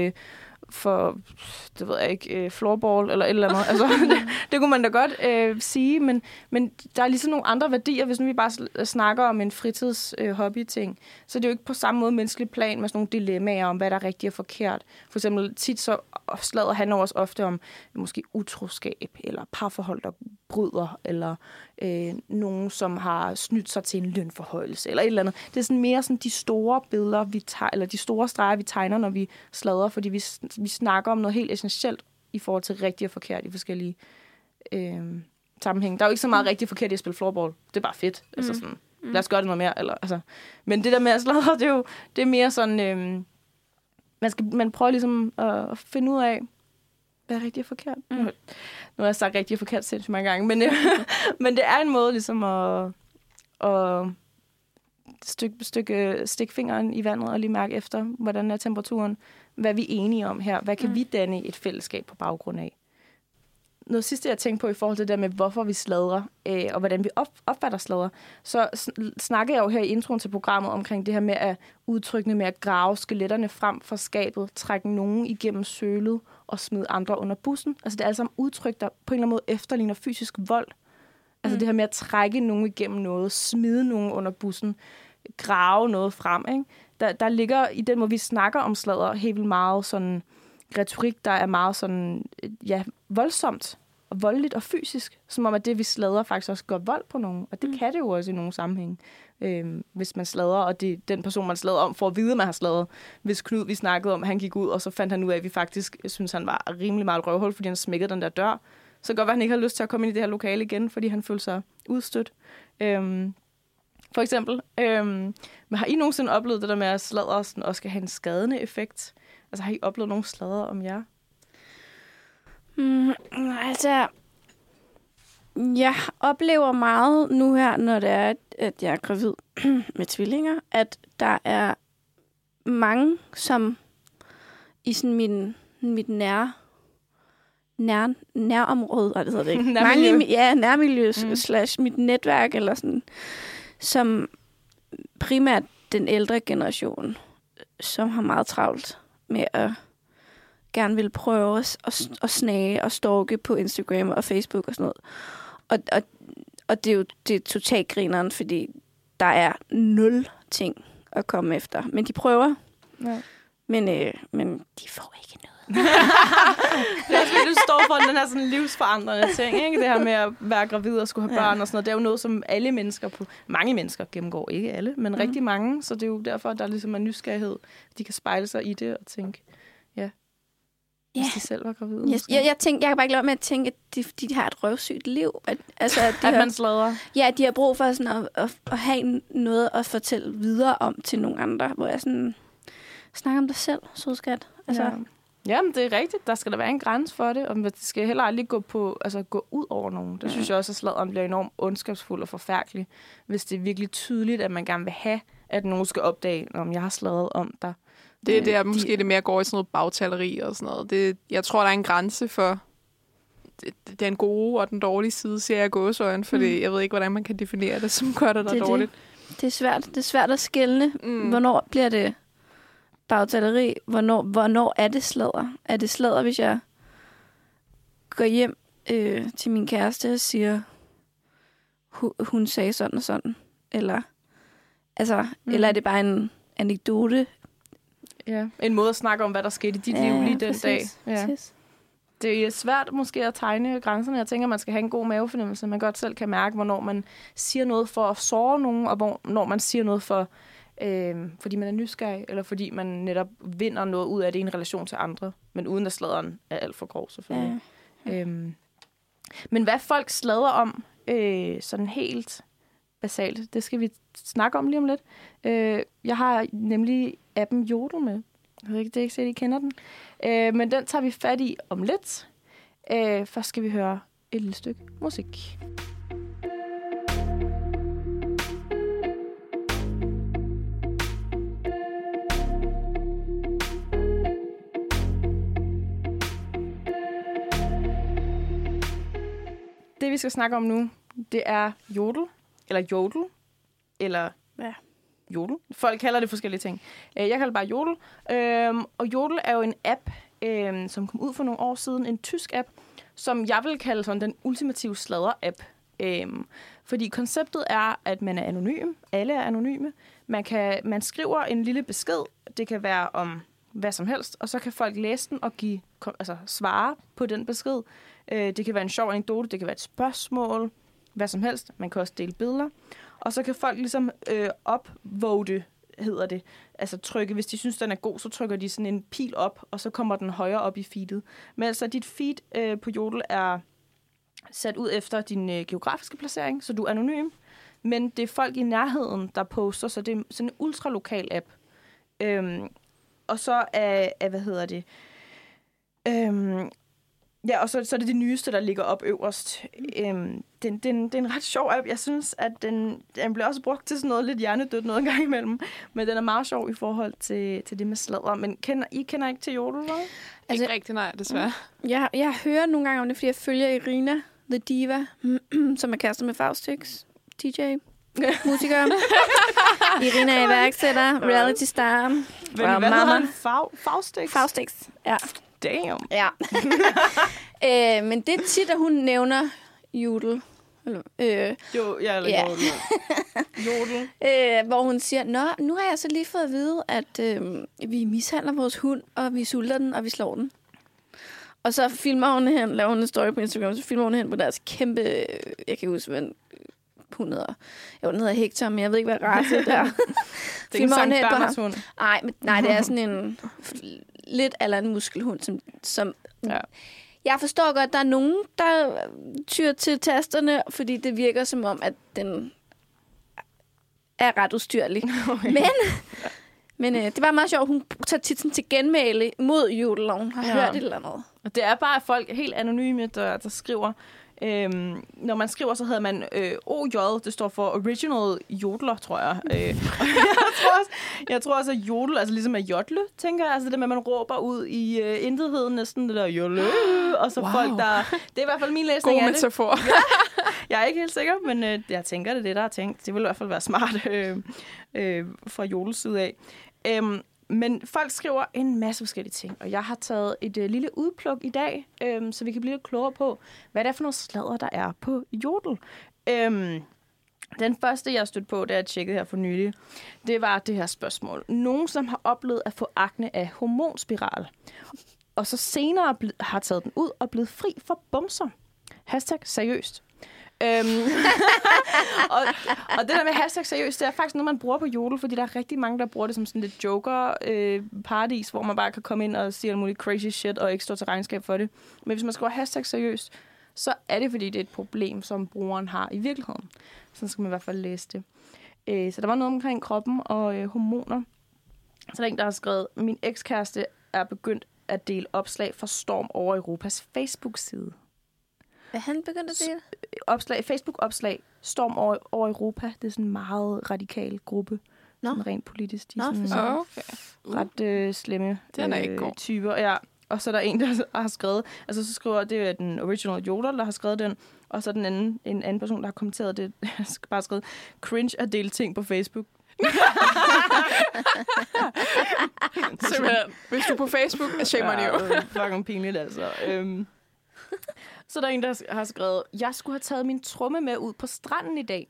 for det ved jeg ikke, floorball eller et eller andet. Altså, det kunne man da godt sige, men der er ligesom nogle andre værdier, hvis nu vi bare snakker om en fritids-hobby-ting. Så det er jo ikke på samme måde menneskelig plan med sådan nogle dilemmaer om, hvad der er rigtigt og forkert. For eksempel tit så sladder handler også ofte om måske utroskab, eller parforhold, der bryder, eller nogen, som har snydt sig til en lønforhøjelse, eller et eller andet. Det er sådan mere sådan de store billeder, eller de store streger, vi tegner, når vi sladrer, fordi vi snakker om noget helt essentielt i forhold til rigtigt og forkert i forskellige sammenhænge. Der er jo ikke så meget rigtigt og forkert i at spille floorball. Det er bare fedt. Altså sådan, lad os gøre det noget mere. Eller, altså. Men det der med at sladre, det er mere sådan... man prøver ligesom at finde ud af, hvad er rigtigt og forkert. Nu har jeg sagt rigtigt og forkert sindssygt mange gange, men det er en måde ligesom at stikke fingeren i vandet og lige mærke efter, hvordan er temperaturen, hvad er vi enige om her, hvad kan vi danne et fællesskab på baggrund af. Noget sidste, jeg tænkte på i forhold til det med, hvorfor vi sladrer, og hvordan vi opfatter sladder, så snakker jeg jo her i introen til programmet omkring det her med at udtrykkene med at grave skeletterne frem fra skabet, trække nogen igennem sølet og smide andre under bussen. Altså det er altså udtryk, der på en eller anden måde efterligner fysisk vold. Altså det her med at trække nogen igennem noget, smide nogen under bussen, grave noget frem, ikke? Der ligger i den måde, vi snakker om sladder, helt vildt meget sådan retorik, der er meget sådan, voldsomt og voldeligt og fysisk. Som om, at det, vi sladrer, faktisk også gør vold på nogen. Og det kan det jo også i nogle sammenhæng. Hvis man sladrer, og det er den person, man sladrer om, for at vide, at man har sladret. Hvis Knud, vi snakkede om, han gik ud, og så fandt han ud af, at vi faktisk synes, han var rimelig meget røvhul, fordi han smækkede den der dør. Så godt, at han ikke har lyst til at komme ind i det her lokale igen, fordi han følte sig udstødt. For eksempel. Men har I nogensinde oplevet det der med, at sladder også skal have en skadende effekt? Altså, har I oplevet nogle sladder om jer? Altså, Jeg oplever meget nu her, når det er, at jeg er gravid med tvillinger, at der er mange, som i sådan mit nærområde, det hedder det ikke. Nærmiljø. Nærmiljø / mit netværk, eller sådan, som primært den ældre generation, som har meget travlt med at gerne vil prøve at snage og stalke på Instagram og Facebook og sådan noget. Og det er jo totalt grineren, fordi der er 0 ting at komme efter. Men de prøver. Ja. Men de får ikke noget. Det er også fordi, du står for den her sådan livsforandrende ting, ikke? Det her med at være gravid og skulle have børn og sådan noget. Det er jo noget, som mange mennesker gennemgår. Ikke alle, men rigtig mange. Så det er jo derfor, at der ligesom er nysgerrighed. De kan spejle sig i det og tænke, hvis de selv var gravide. Yes. Jeg kan bare ikke lade med at tænke, at de har et røvsygt liv. At man sladrer. Ja, de har brug for sådan at have noget at fortælle videre om til nogle andre, hvor jeg sådan snakker om dig selv, sødskat. Altså. Jamen, det er rigtigt. Der skal der være en grænse for det, og det skal heller aldrig gå ud over nogen. Det synes jeg også, at sladderen bliver enormt ondskabsfuld og forfærdelig, hvis det er virkelig tydeligt, at man gerne vil have, at nogen skal opdage, om jeg har sladret om dig. Det er der måske det mere går i sådan noget bagtaleri og sådan noget. Jeg tror, der er en grænse for den gode og den dårlige side, siger jeg gåseøjne, fordi jeg ved ikke, hvordan man kan definere det som godt eller dårligt. Det er svært at skelne. Hvornår bliver det bagtaleri? Hvornår er det sladder? Er det sladder, hvis jeg går hjem til min kæreste og siger, hun sagde sådan og sådan? Eller er det bare en anekdote? Ja, en måde at snakke om, hvad der skete i dit liv lige den dag. Ja. Det er svært måske at tegne grænserne. Jeg tænker, man skal have en god mavefornemmelse. Man godt selv kan mærke, hvornår man siger noget for at såre nogen, og hvornår man siger noget for, fordi man er nysgerrig, eller fordi man netop vinder noget ud af det i en relation til andre, men uden at sladderen er alt for grov, selvfølgelig. Ja. Men hvad folk sladrer om, sådan helt basalt, det skal vi snakke om lige om lidt. Jeg har nemlig appen Jodel med. Jeg ved ikke, det er ikke så, I kender den. Men den tager vi fat i om lidt. Først skal vi høre et lille stykke musik. Det, vi skal snakke om nu, det er Jodel, eller Jodel, eller Jodel. Folk kalder det forskellige ting. Jeg kalder det bare Jodel. Og Jodel er jo en app, som kom ud for nogle år siden. En tysk app, som jeg vil kalde sådan den ultimative sladder-app. Fordi konceptet er, at man er anonym. Alle er anonyme. Man skriver en lille besked. Det kan være om hvad som helst. Og så kan folk læse den og svare på den besked. Det kan være en sjov anekdote. Det kan være et spørgsmål. Hvad som helst. Man kan også dele billeder. Og så kan folk ligesom upvote, hedder det. Altså trykke, hvis de synes, den er god, så trykker de sådan en pil op, og så kommer den højere op i feedet. Men altså, dit feed på Jodel er sat ud efter din geografiske placering, så du er anonym. Men det er folk i nærheden, der poster, så det er sådan en ultralokal app. Og så er og så er det det nyeste, der ligger op øverst. Det er en ret sjov app. Jeg synes, at den bliver også brugt til sådan noget lidt hjernedødt noget en gang imellem. Men den er meget sjov i forhold til det med sladder. Men I kender ikke til Jodel, eller? Altså, ikke rigtig, nej, desværre. Jeg hører nogle gange om det, fordi jeg følger Irina, The Diva, som er kærester med Faustix, DJ, musiker. Irina er iværksætter, reality star. Hvad hedder han? Faustix? Faustix, ja. Damn. Ja. Men det er tit, at hun nævner Jodel. Jodel. Hvor hun siger, nu har jeg så lige fået at vide, at vi mishandler vores hund, og vi sulter den, og vi slår den. Og så filmer hun hen, laver hun en story på Instagram, så filmer hun hen på deres kæmpe, jeg kan huske, hvad hun hedder. Jo, den hedder Hector, men jeg ved ikke, hvad race det er. Det er ikke Sankt Bernhards hund. Nej, det er sådan en lidt eller en muskelhund, som ja. Jeg forstår godt, at der er nogen, der tyr til tasterne, fordi det virker som om, at den er ret ustyrlig. Okay. Men det var meget sjovt. Hun tager tit til genmæle mod Jodel, og hun har hørt et eller andet. Og det er bare folk helt anonyme, der skriver. Når man skriver, så hedder man OJ, det står for Original Jodler, tror jeg. Jeg tror også, at jodel, altså ligesom at jodle, tænker jeg. Altså det med, at man råber ud i intetheden, næsten det der jodle. Og så folk, der... Det er i hvert fald min læsning af det. God metafor. Jeg er ikke helt sikker, men jeg tænker, det er det, der er tænkt. Det vil i hvert fald være smart fra jodels side af. Men folk skriver en masse forskellige ting, og jeg har taget et lille udpluk i dag, så vi kan blive lidt klogere på, hvad det er for nogle sladder, der er på jodel. Den første, jeg stødte på, da jeg tjekkede her for nylig, det var det her spørgsmål. Nogen, som har oplevet at få akne af hormonspiral, og så senere har taget den ud og blevet fri for bumser. #seriøst. og det der med #seriøst, det er faktisk noget, man bruger på jodel, fordi der er rigtig mange, der bruger det som sådan lidt joker-paradis, hvor man bare kan komme ind og sige alt muligt crazy shit og ikke stå til regnskab for det. Men hvis man skriver #seriøst, så er det, fordi det er et problem, som brugeren har i virkeligheden. Sådan skal man i hvert fald læse det. Så der var noget omkring kroppen og hormoner. Så der er en, der har skrevet, min ekskæreste er begyndt at dele opslag fra Storm over Europas Facebook-side. Hvad han begyndt at dele? Facebook-opslag, Storm over Europa. Det er sådan en meget radikal gruppe. Sådan rent politisk. De er sådan ret slemme typer. Ja. Og så er der en, der har skrevet... Altså, så skriver det er den original Jodler, der har skrevet den. Og så er en anden person, der har kommenteret det. Bare skrevet, cringe at dele ting på Facebook. Simpelthen. Hvis du er på Facebook, shame on you. Fucking pinligt, altså. Så er der en, der har skrevet, jeg skulle have taget min tromme med ud på stranden i dag.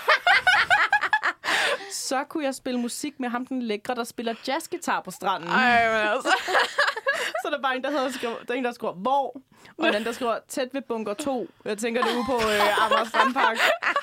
Så kunne jeg spille musik med ham, den lækre, der spiller jazzgitar på stranden. Ej, men altså. Så er der bare en, der skriver, hvor? Og en anden, der skriver, tæt ved bunker 2. Jeg tænker, det er ude på Amager Strandpark.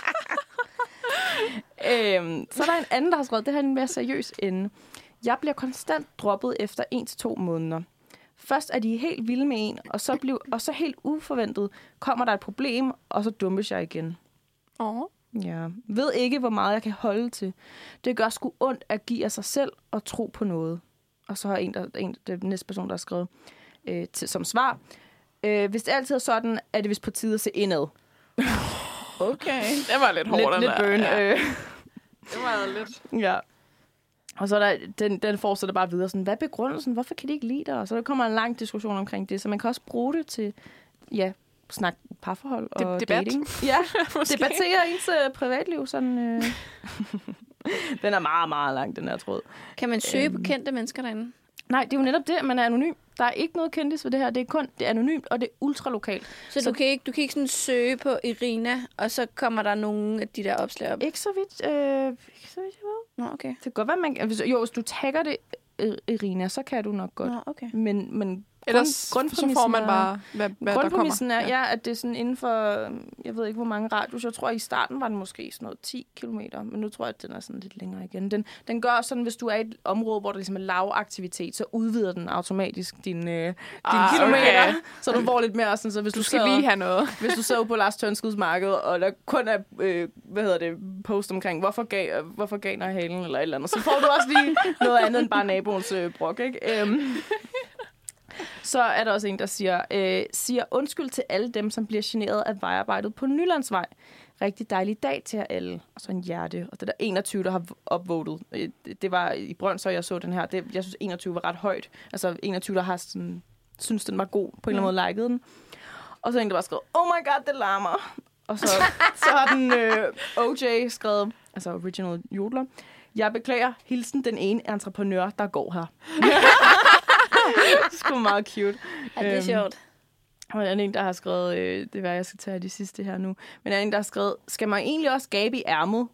Så er der en anden, der har skrevet, det her er en mere seriøs ende. Jeg bliver konstant droppet efter 1-2 måneder. Først er de helt vilde med en, og så helt uforventet kommer der et problem, og så dumpes jeg igen. Ja. Ved ikke, hvor meget jeg kan holde til. Det gør sgu ondt at give af sig selv og tro på noget. Og så har den næste person, der har skrevet som svar. Hvis det altid er sådan, er det vist på tide at se indad. Okay. Det var lidt hårdt, lidt burn. Ja. Det var lidt. Ja. Og så er der, den fortsætter bare videre. Sådan, hvad er begrundelsen? Hvorfor kan de ikke lide dig? Og så kommer en lang diskussion omkring det. Så man kan også bruge det til, snakke parforhold og dating. Ja, debattere ens privatliv. Sådan, Den er meget, meget lang, den her tråd. Kan man søge på kendte mennesker derinde? Nej, det er jo netop det, man er anonym. Der er ikke noget kendis ved det her. Det er anonymt, og det er ultralokalt. Så du kan ikke sådan søge på Irina, og så kommer der nogle af de der opslag op? Ikke så vidt jeg ved. Nå, okay. Det kan godt være, man kan... hvis du tagger det Irina, så kan du nok godt. Nå, okay. Men ellers så får man bare, hvad der kommer. Er, at det er sådan inden for, jeg ved ikke, hvor mange radius. Jeg tror, i starten var den måske sådan noget 10 kilometer, men nu tror jeg, at den er sådan lidt længere igen. Den gør sådan, hvis du er i et område, hvor der ligesom er lav aktivitet, så udvider den automatisk din kilometer, okay. Så du får lidt mere sådan, så hvis du skal lige have noget. Hvis du så på Lars Tønskyds marked, og der kun er, post omkring, hvorfor ganer halen, eller et eller andet, så får du også lige noget andet end bare naboens brok, ikke? Så er der også en, der siger undskyld til alle dem, som bliver generet af vejarbejdet på Nylandsvej. Rigtig dejlig dag til jer alle. Og så en hjerte. Og det der 21, der har upvotet. Det var i Brøndshøj, jeg så den her. Jeg synes, 21 var ret højt. Altså 21, der har sådan, synes, den var god. På en eller anden måde likede den. Og så en, der bare skrevet, oh my god, det larmer. Og så har den OJ skrevet, altså Original Jodler. Jeg beklager, hilsen den ene entreprenør, der går her. Det er sgu meget cute. Ja, det er sjovt. Og der er en, der har skrevet, det er jeg skal tage de sidste her nu, men der er en, der har skrevet, skal man egentlig også gabe i ærmet?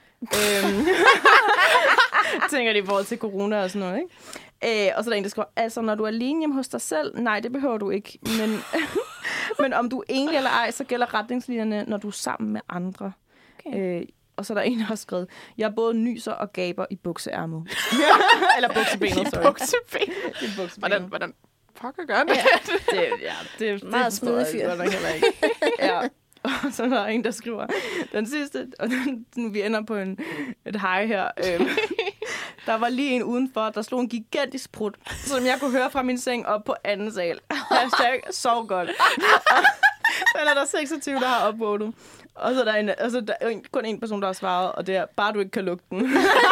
Tænker de i forhold til corona og sådan noget, ikke? Og så er der en, der skriver, altså når du er alene hjemme hos dig selv, nej, det behøver du ikke, men om du er enlig eller ej, så gælder retningslinjerne, når du er sammen med andre. Okay. Og så er der en, der har skrevet, jeg både nyser og gaber i bukseærmet. Eller buksebenet, sorry. I buksebenet. Hvordan pokker gør det? Det er meget smidig fyr. Ja. Og så er der en, der skriver, den sidste, og vi ender på et hej her. Der var lige en udenfor, der slog en gigantisk prut, som jeg kunne høre fra min seng op på anden sal. #sov godt. Så er der 26, der har upvotet. Og så er der kun en person, der har svaret, og det er, bare du ikke kan lugte den.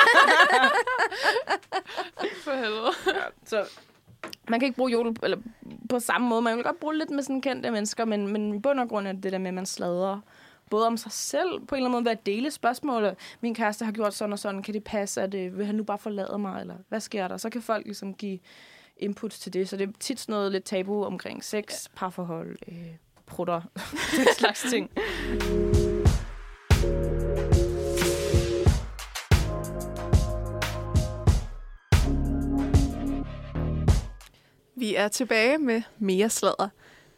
For helvede. Ja, så man kan ikke bruge jodel eller på samme måde. Man kan godt bruge lidt med sådan kendte mennesker, men i bund og grund er det der med, at man sladrer både om sig selv, på en eller anden måde ved at dele spørgsmål. Min kæreste har gjort sådan og sådan. Kan det passe, at vil han nu bare forlade mig? Eller hvad sker der? Så kan folk ligesom give input til det. Så det er tit noget lidt tabu omkring sex, parforhold, prutter, den slags ting. Vi er tilbage med mere sladder.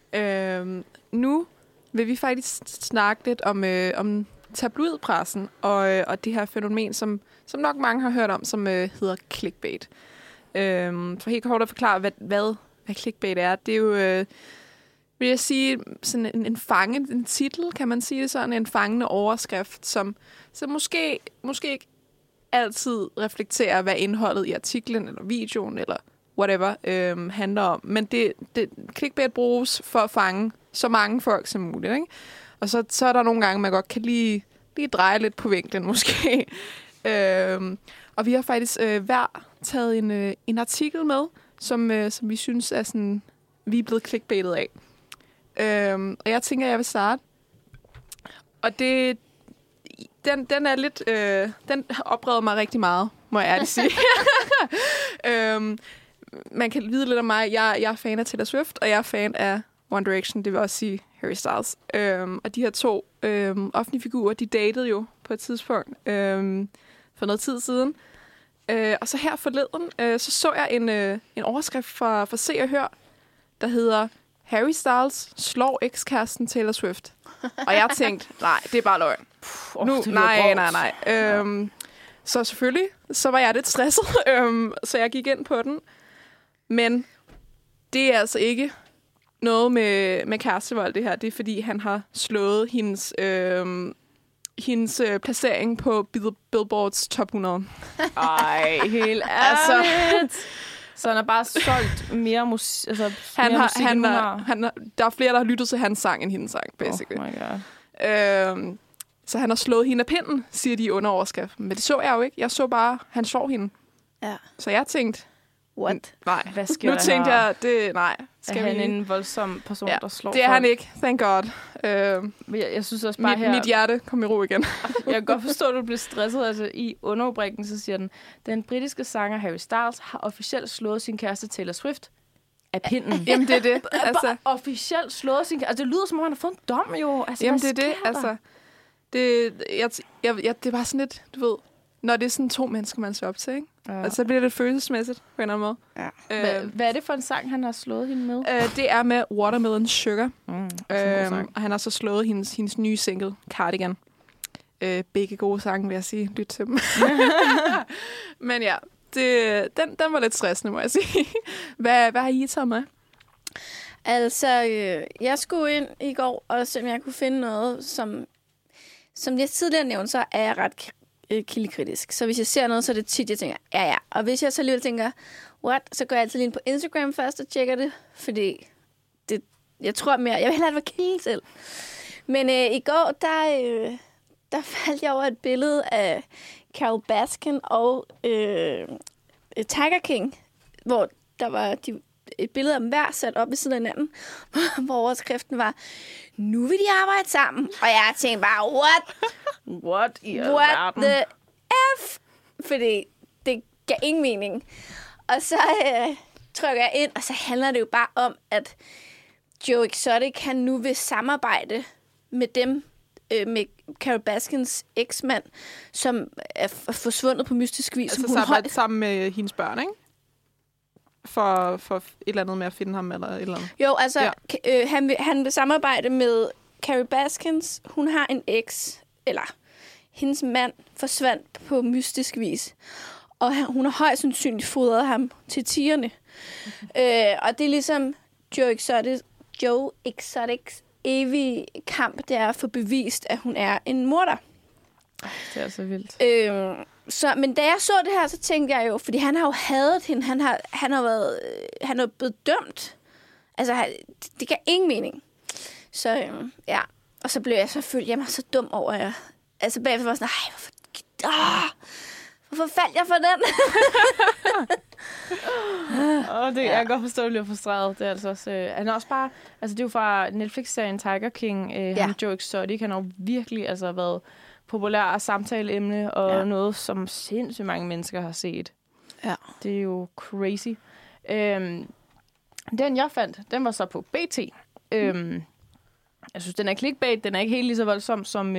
Nu vil vi faktisk snakke lidt om tabloidpressen og det her fænomen, som nok mange har hørt om, som hedder clickbait. For helt kort at forklare, hvad clickbait er. Det er jo, vil jeg sige, sådan en titel, kan man sige det sådan, en fangende overskrift, som måske ikke altid reflekterer, hvad indholdet i artiklen eller videoen eller whatever handler om. Men clickbait bruges for at fange så mange folk som muligt, ikke? Og så er der nogle gange, man godt kan lige dreje lidt på vinklen måske. Og vi har faktisk hver taget en artikel med, som vi synes er sådan, vi er blevet clickbaitet af. Og jeg tænker, jeg vil starte. Og den er lidt, den opreder mig rigtig meget, må jeg ærligt sige. Man kan vide lidt om mig. Jeg er fan af Taylor Swift, og jeg er fan af One Direction, det vil også sige Harry Styles. Og de her to offentlige figurer, de datede jo på et tidspunkt for noget tid siden. Og så her forleden, så jeg en overskrift fra Se og Hør, der hedder Harry Styles slår ekskæresten Taylor Swift. Og jeg tænkte, nej, det er bare løgn. Nej. Så selvfølgelig, så var jeg lidt stresset, så jeg gik ind på den. Men det er altså ikke noget med kærestevold, det her. Det er, fordi han har slået hendes placering på Billboards top 100. Ej, helt ærligt. Så han har bare solgt mere musik. Altså, der er flere, der har lyttet til hans sang, end hendes sang, basically. Oh my god. Så han har slået hende af pinden, siger de i underoverskriften. Men det så jeg jo ikke. Jeg så bare, han slår hende. Ja. Så jeg tænkte, what? Nej. Hvad sker nu tænkte jeg, nej. Er han en voldsom person, der slår det er folk? han ikke. Thank God. Jeg synes også bare her... Mit hjerte kom i ro igen. Jeg kan godt forstå, at du bliver stresset. Altså, i underrubrikken, så siger den britiske sanger Harry Styles har officielt slået sin kæreste Taylor Swift af pinden. Jamen, det er det. Altså, officielt slået sin kæreste. Altså, det lyder, som om han har fået en dom, jo. Altså, jamen, det er det. Altså, det er bare sådan lidt, du ved, når det er sådan to mennesker, man ser op til, ikke? Ja. Og så bliver det følelsesmæssigt på en eller anden måde. Ja. Hvad er det for en sang, han har slået hende med? Det er med Watermelon Sugar. Og han har så slået hendes nye single, Cardigan. Begge gode sange, vil jeg sige. Lyt til dem. Men ja, den var lidt stressende, må jeg sige. Hvad har I taget med? Altså, jeg skulle ind i går, og se om jeg kunne finde noget, som jeg tidligere nævnte, så er jeg ret kildekritisk. Så hvis jeg ser noget, så er det tit, jeg tænker, ja. Og hvis jeg så alligevel tænker, what, så går jeg altid lige ind på Instagram først og tjekker det, fordi jeg tror mere, jeg vil hellere være kilde selv. Men i går, der faldt jeg over et billede af Carole Baskin og Tiger King, hvor der var et billede af dem hver sat op ved siden af hinanden, hvor overskriften var, nu vil de arbejde sammen. Og jeg tænkte bare, what the F? Fordi det gav ingen mening. Og så trykker jeg ind, og så handler det jo bare om, at Joe Exotic, han nu vil samarbejde med dem, med Carole Baskins eksmand, som er forsvundet på mystisk vis. Altså samarbejde sammen med hendes børn, ikke? For et eller andet med at finde ham, eller et eller andet. Jo, altså, han vil samarbejde med Carole Baskins. Hun har en eks, eller hendes mand forsvandt på mystisk vis. Og hun har højst sandsynligt fodret ham til tigerne. Og det er ligesom Joe Exotics evige kamp, det er at få bevist, at hun er en morder. Det er så vildt. Men da jeg så det her, så tænkte jeg jo, fordi han har jo hadet hende, han er blevet dømt. Altså, det gav ingen mening. Så ja, og så blev jeg følte jeg mig så dum over, at jeg... Altså bagefter var jeg sådan, hvorfor faldt jeg for den? Jeg kan godt forstå, at du bliver frustreret. Det er altså også, han er også bare... Altså, det er jo fra Netflix-serien Tiger King. Han Joe Exotic. Han har jo virkelig altså været populær og samtaleemne, og noget, som sindssygt mange mennesker har set. Ja. Det er jo crazy. Den, jeg fandt, den var så på BT. Jeg synes, den er clickbait. Den er ikke helt lige så voldsom som...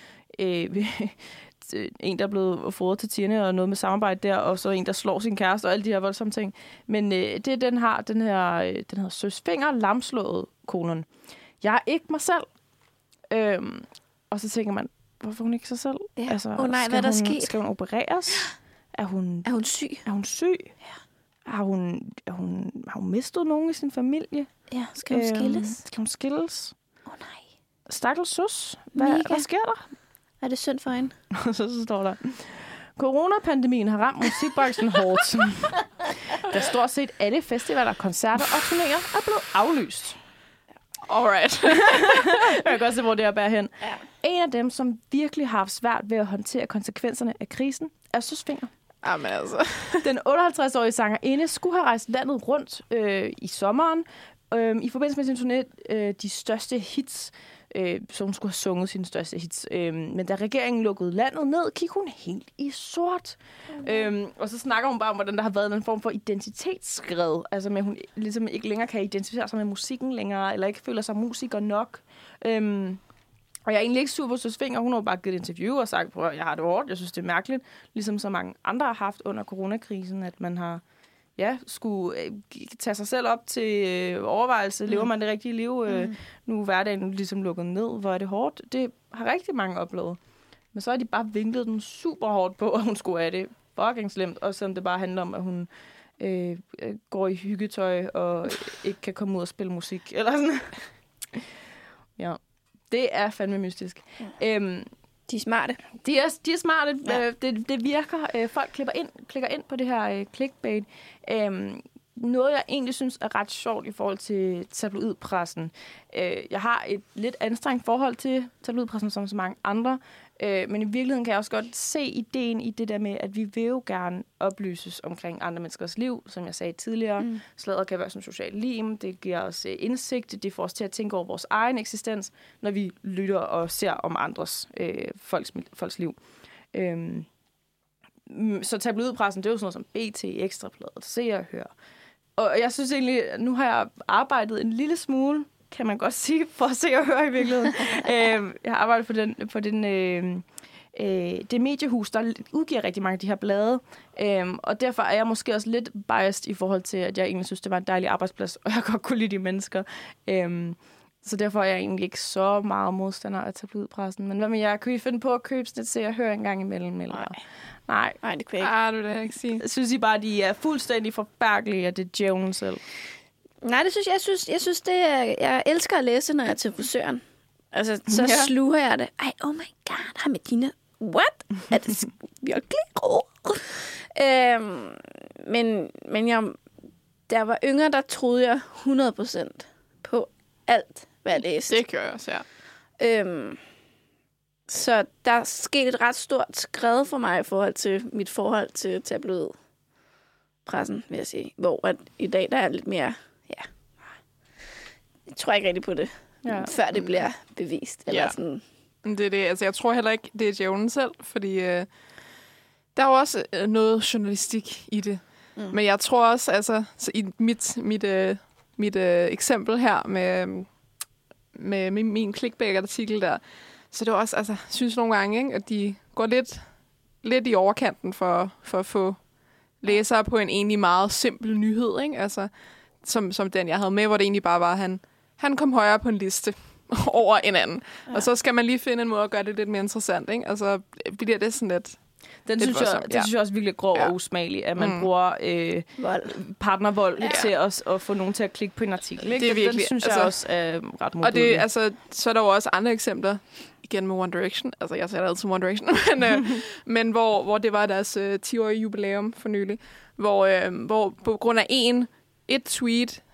en, der er blevet fodret til tierne, og noget med samarbejde der, og så en, der slår sin kæreste, og alle de her voldsomme ting. Men det, den hedder Søs Fenger, lamslået, : Jeg er ikke mig selv. Og så tænker man, hvorfor hun ikke sig selv? Ja. Altså, nej, hvad der sket? Skal hun opereres? Er hun syg? Er hun syg? Ja. Har hun mistet nogen i sin familie? Ja, skal hun skilles? Skal hun skilles? Nej. Stakkels Søs. Hvad sker der? Er det synd for hende? så står der: Coronapandemien har ramt musikbranchen hårdt. Da stort set alle festivaler, koncerter og turnéer er blevet aflyst. Alright. Jeg kan godt se, hvor det er bærer hen. Ja. En af dem, som virkelig har haft svært ved at håndtere konsekvenserne af krisen, er Søs Fenger. Jamen altså. Den 58-årige sangerinde skulle have rejst landet rundt i sommeren i forbindelse med sin turné De Største Hits, så hun skulle have sunget sine største hits. Men da regeringen lukkede landet ned, gik hun helt i sort. Og så snakker hun bare om, hvordan der har været en form for identitetsskred. Altså, at hun ligesom ikke længere kan identificere sig med musikken længere, eller ikke føler sig musiker nok. Og jeg er egentlig ikke sur på Søs Fenger. Hun har bare givet et interview og sagt, at jeg har det hårdt. Jeg synes, det er mærkeligt. Ligesom så mange andre har haft under coronakrisen, at man har skulle tage sig selv op til overvejelse. Lever man det rigtige liv? Nu er hverdagen ligesom lukket ned. Hvor er det hårdt? Det har rigtig mange oplevet. Men så har de bare vinklet den super hårdt på, at hun skulle have det fucking slemt. Og selvom det bare handler om, at hun går i hyggetøj og ikke kan komme ud og spille musik. Eller sådan. Ja, det er fandme mystisk. De er smarte. De er smarte. Ja. Det virker. Folk klikker ind på det her clickbait. Noget, jeg egentlig synes er ret sjovt i forhold til tabloidpressen. Jeg har et lidt anstrengt forhold til tabloidpressen som så mange andre. Men i virkeligheden kan jeg også godt se ideen i det der med, at vi vil jo gerne oplyses omkring andre menneskers liv. Som jeg sagde tidligere, sladder kan være som social lim. Det giver os indsigt. Det får os til at tænke over vores egen eksistens, når vi lytter og ser om andres folks liv. Så tabloidpressen, det er jo sådan noget som BT, Ekstrabladet, Se og Hør. Og jeg synes egentlig, nu har jeg arbejdet en lille smule, kan man godt sige, for at Se og Høre i virkeligheden. Jeg har arbejdet på det mediehus, der udgiver rigtig mange af de her blade. Og derfor er jeg måske også lidt biased i forhold til, at jeg egentlig synes, det var en dejlig arbejdsplads, og jeg godt kunne lide de mennesker. Så derfor er jeg egentlig ikke så meget modstander af tabloidpressen. Men hvad med jer? Kan I finde på at købe sådan et Se og Hør en gang imellem? Eller? Nej, det kan jeg ikke. Det kan ikke sige. Synes I bare, at de er fuldstændig forfærdelige, at det er djævlen selv? Nej, det synes jeg synes det er... Jeg elsker at læse, når jeg er til frisøren. Altså, så sluger jeg det. Ej, oh my god, har Medina... What? Er det virkelig god? Men jeg... Da jeg var yngre, der troede jeg 100% på alt, hvad jeg læste. Det gør jeg også, ja. Så der skete et ret stort skred for mig i forhold til mit forhold til tabloidpressen, vil jeg sige. Hvor at i dag, der er lidt mere... Ja, jeg tror ikke rigtig på det, før det bliver bevist. Eller sådan. Det er det. Altså, jeg tror heller ikke, det er djævlen selv, fordi der er jo også noget journalistik i det. Men jeg tror også, altså, så i mit eksempel her med min clickbait-artikel der, så det er også, altså, synes nogle gange, ikke, at de går lidt i overkanten for at få læsere på en egentlig meget simpel nyhed, ikke? Altså, som den, jeg havde med, hvor det egentlig bare var, han kom højere på en liste over en anden. Ja. Og så skal man lige finde en måde at gøre det lidt mere interessant, ikke? Altså, bliver det sådan lidt... Det synes jeg også virkelig grov og usmagelig, at man bruger partnervold til at få nogen til at klikke på en artikel. Ikke? Det er virkelig, den synes jeg også er ret modbydelig. Og det, altså, så er der jo også andre eksempler, igen med One Direction. Altså, jeg sagde altid One Direction. men hvor det var deres 10-årige jubilæum for nylig. Hvor på grund af et tweet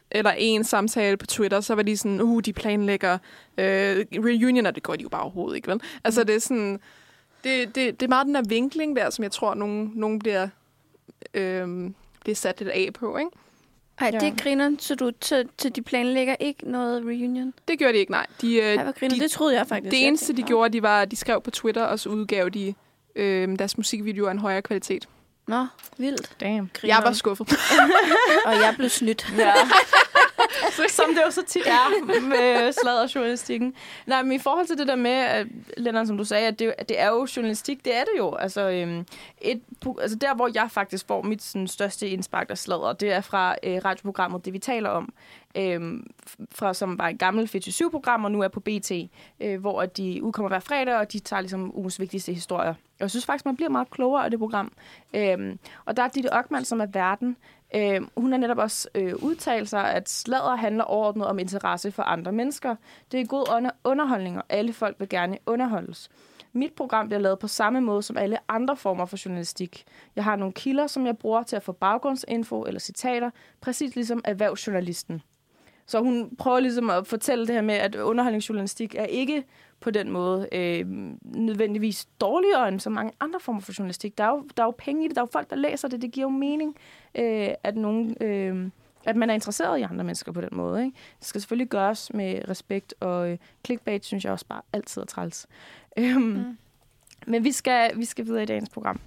eller en samtale på Twitter, så var de sådan, de planlægger reunion, og det går de jo bare overhovedet ikke, vel? Altså, det er sådan... Det er meget den der vinkling der, som jeg tror, nogen bliver sat lidt af på, ikke? Ej, det griner, så de planlægger ikke noget reunion? Det gjorde de ikke, nej. Det troede jeg faktisk. Det eneste, de gjorde, de skrev på Twitter, og så udgav de deres musikvideoer af en højere kvalitet. Nå, vildt. Damn. Jeg var skuffet. Og jeg blev snydt. Ja. Som det jo så tit er med sladderjournalistikken. Nej, men i forhold til det der med, Lennart, som du sagde, at det er jo journalistik, det er det jo. Altså, der, hvor jeg faktisk får mit sådan, største indspark af sladder, det er fra radioprogrammet Det, vi taler om. Som var et gammelt 24/7-program, og nu er på BT, hvor de udkommer hver fredag, og de tager ligesom ugens vigtigste historier. Og jeg synes faktisk, man bliver meget klogere af det program. Og der er Ditte Okman, som er verden. Hun har netop også udtalt sig, at sladder handler overordnet om interesse for andre mennesker. Det er god underholdning, og alle folk vil gerne underholdes. Mit program bliver lavet på samme måde som alle andre former for journalistik. Jeg har nogle kilder, som jeg bruger til at få baggrundsinfo eller citater, præcis ligesom erhvervsjournalisten. Så hun prøver ligesom at fortælle det her med, at underholdningsjournalistik er ikke på den måde nødvendigvis dårligere end så mange andre former for journalistik. Der er jo penge i det, der er jo folk, der læser det. Det giver jo mening, at man er interesseret i andre mennesker på den måde. Ikke? Det skal selvfølgelig gøres med respekt, og clickbait synes jeg også bare altid er træls. Men vi skal videre i dagens program.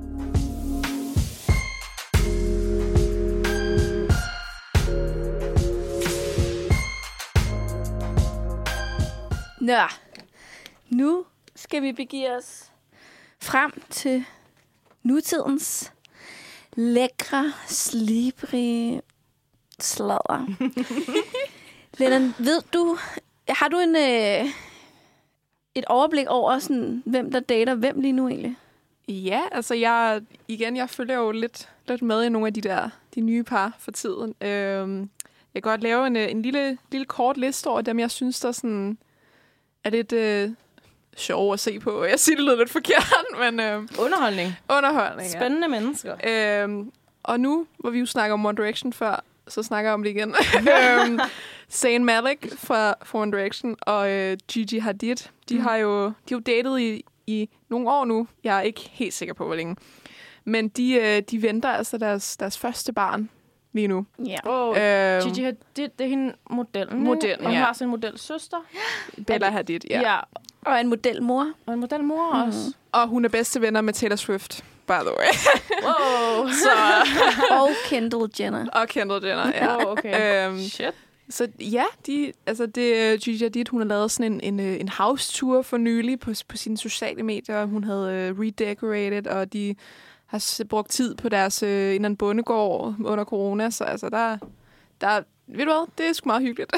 Nå, nu skal vi begive os frem til nutidens lækre, slibrige sladder. Lennart, har du et overblik over, sådan, hvem der dater hvem lige nu egentlig? Ja, altså jeg følger jo lidt med i nogle af de nye par for tiden. Jeg kan godt lave en lille kort liste over dem, jeg synes, der sådan er lidt sjov at se på. Jeg siger, det lyder lidt forkert, men... Underholdning, spændende mennesker. Og nu, hvor vi jo snakker om One Direction før, så snakker jeg om det igen. Zayn Malik fra One Direction og Gigi Hadid, de har jo datet i nogle år nu. Jeg er ikke helt sikker på, hvor længe. Men de venter altså deres første barn lige nu. Yeah. Gigi Hadid, det er hende modellen. Og hun har også en modelsøster. Bella Hadid, ja. Og en modelmor. Og en modelmor også. Og hun er bedste venner med Taylor Swift, by the way. Wow. Og Kendall Jenner. Ja. Okay. Shit. Så ja, Gigi Hadid, hun har lavet sådan en house-tour for nylig på sine sociale medier. Hun havde redecorated, og de har brugt tid på deres en eller anden bondegård under corona. Så altså, der ved du hvad, det er sgu meget hyggeligt.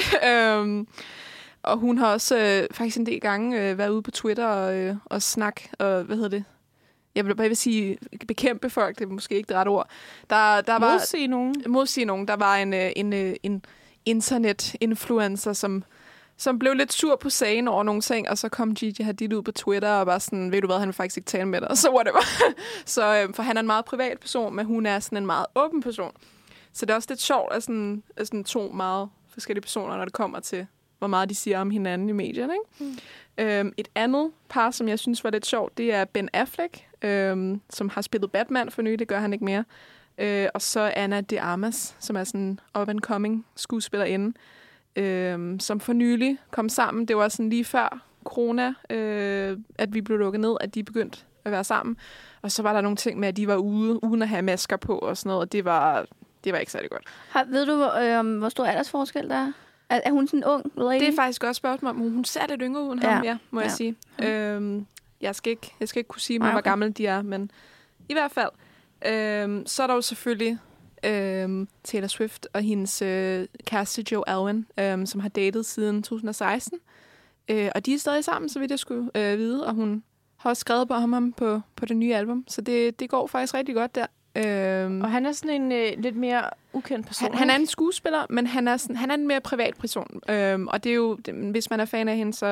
Og hun har også faktisk en del gange været ude på Twitter og snakke, og hvad hedder det? Jeg vil sige, bekæmpe folk, det er måske ikke det rette ord. Der var modsige nogen. Der var en internet-influencer, som blev lidt sur på sagen over nogle ting, og så kom Gigi Hadid ud på Twitter og var sådan, ved du hvad, han vil faktisk ikke tale med dig, så whatever. Så for han er en meget privat person, men hun er sådan en meget åben person. Så det er også lidt sjovt at sådan to meget forskellige personer, når det kommer til, hvor meget de siger om hinanden i medierne, ikke? Et andet par, som jeg synes var lidt sjovt, det er Ben Affleck, som har spillet Batman for nylig, det gør han ikke mere. Og så Ana de Armas, som er sådan en up-and-coming skuespillerinde, som for nylig kom sammen. Det var sådan lige før corona, at vi blev lukket ned, at de begyndte at være sammen. Og så var der nogle ting med, at de var ude, uden at have masker på og sådan noget, og det var ikke særlig godt. Ved du, hvor stor aldersforskel der er? Er hun sådan ung? Det er faktisk også spørgsmål, men hun ser lidt yngre ud end ham, må jeg sige. Jeg skal ikke kunne sige, hvor gammel de er, men i hvert fald. Så er der jo selvfølgelig Taylor Swift og hendes kæreste Joe Alwyn, som har datet siden 2016. Og de er stadig sammen, så vidt jeg skulle vide, og hun har også skrevet på ham på det nye album. Så det går faktisk rigtig godt der. Og han er sådan en lidt mere ukendt person. Han er en skuespiller, men han er en mere privat person. Og det er jo, hvis man er fan af hende, så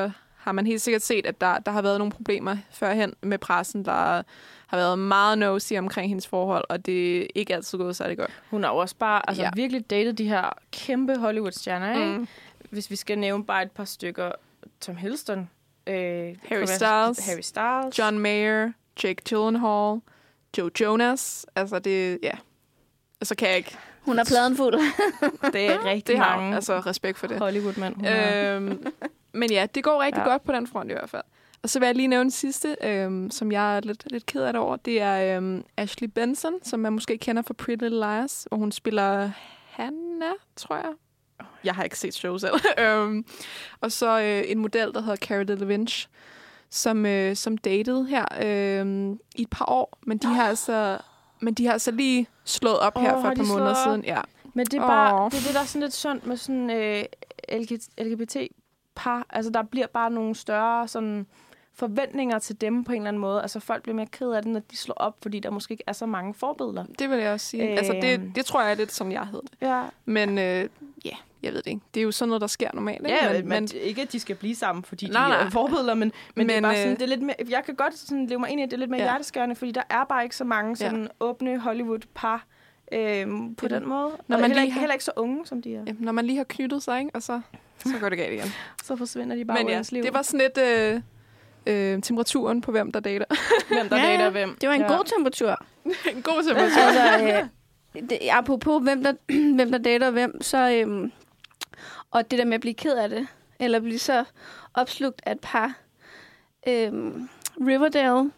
har man helt sikkert set, at der har været nogle problemer førhen med pressen, der har været meget nosy omkring hendes forhold, og det er ikke altid gået særlig godt. Hun har jo også bare virkelig datet de her kæmpe Hollywood-stjerner, ikke? Hvis vi skal nævne bare et par stykker. Tom Hiddleston. Harry Styles. John Mayer. Jake Gyllenhaal. Joe Jonas. Altså, det... Ja. Altså, kan jeg ikke... Hun er pladen fuld. Det er rigtig mange. Altså, respekt for det. Hollywood-mand. Men ja, det går rigtig godt på den front i hvert fald. Og så vil jeg lige nævne den sidste, som jeg er lidt ked af det over. Det er Ashley Benson, som man måske kender fra Pretty Little Liars, hvor hun spiller Hannah, tror jeg. Jeg har ikke set show selv. Og så en model, der hedder Cara Delevingne, som datede her i et par år. Men de har altså lige slået op her for et par måneder siden. Ja. Men det er bare det der er sådan lidt sundt med sådan LGBT-par. Altså, der bliver bare nogle større sådan forventninger til dem på en eller anden måde. Altså, folk bliver mere ked af det, når de slår op, fordi der måske ikke er så mange forbilleder. Det vil jeg også sige. Altså, det tror jeg er lidt, som jeg havde det. Ja. Men jeg ved det ikke. Det er jo sådan noget, der sker normalt. Ikke? Ja, men ikke, at de skal blive sammen, fordi de er forbilleder, men det er bare sådan, det er lidt mere, jeg kan godt sådan leve mig ind i, at det er lidt mere hjerteskørende, fordi der er bare ikke så mange sådan åbne Hollywood-par på den måde. Når man heller ikke så unge, som de er. Ja, når man lige har knyttet sig, ikke? Og så går det galt igen. Så forsvinder de bare ud af liv. Det var sådan lidt temperaturen på, hvem der dater. Hvem der dater hvem. Det var en god temperatur. En god temperatur. Altså, apropos hvem der dater hvem, så... og det der med at blive ked af det, eller blive så opslugt af et par. Riverdale.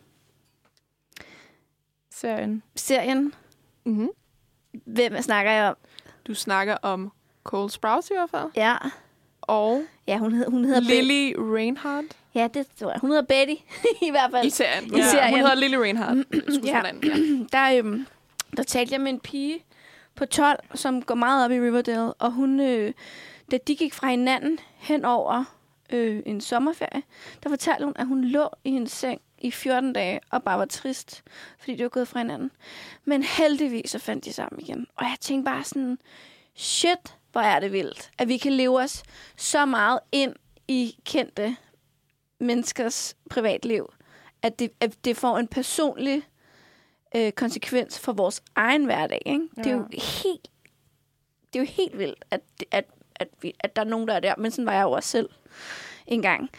Serien. Mm-hmm. Hvem snakker jeg om? Du snakker om Cole Sprouse i hvert fald. Ja. Og hun hedder Lily Reinhardt. Ja, det tror jeg. Hun hedder Betty, i hvert fald. I serien. Hun hedder Lily Reinhardt. Der talte jeg med en pige på 12, som går meget op i Riverdale, og hun, da de gik fra hinanden hen over en sommerferie, der fortalte hun, at hun lå i en seng i 14 dage og bare var trist, fordi de var gået fra hinanden. Men heldigvis så fandt de sammen igen. Og jeg tænkte bare sådan, shit, hvor er det vildt, at vi kan leve os så meget ind i kendte menneskers privatliv, at det får en personlig konsekvens for vores egen hverdag. Ikke? Ja. Det er jo helt vildt, at der er nogen, der er der. Men sådan var jeg jo også selv engang.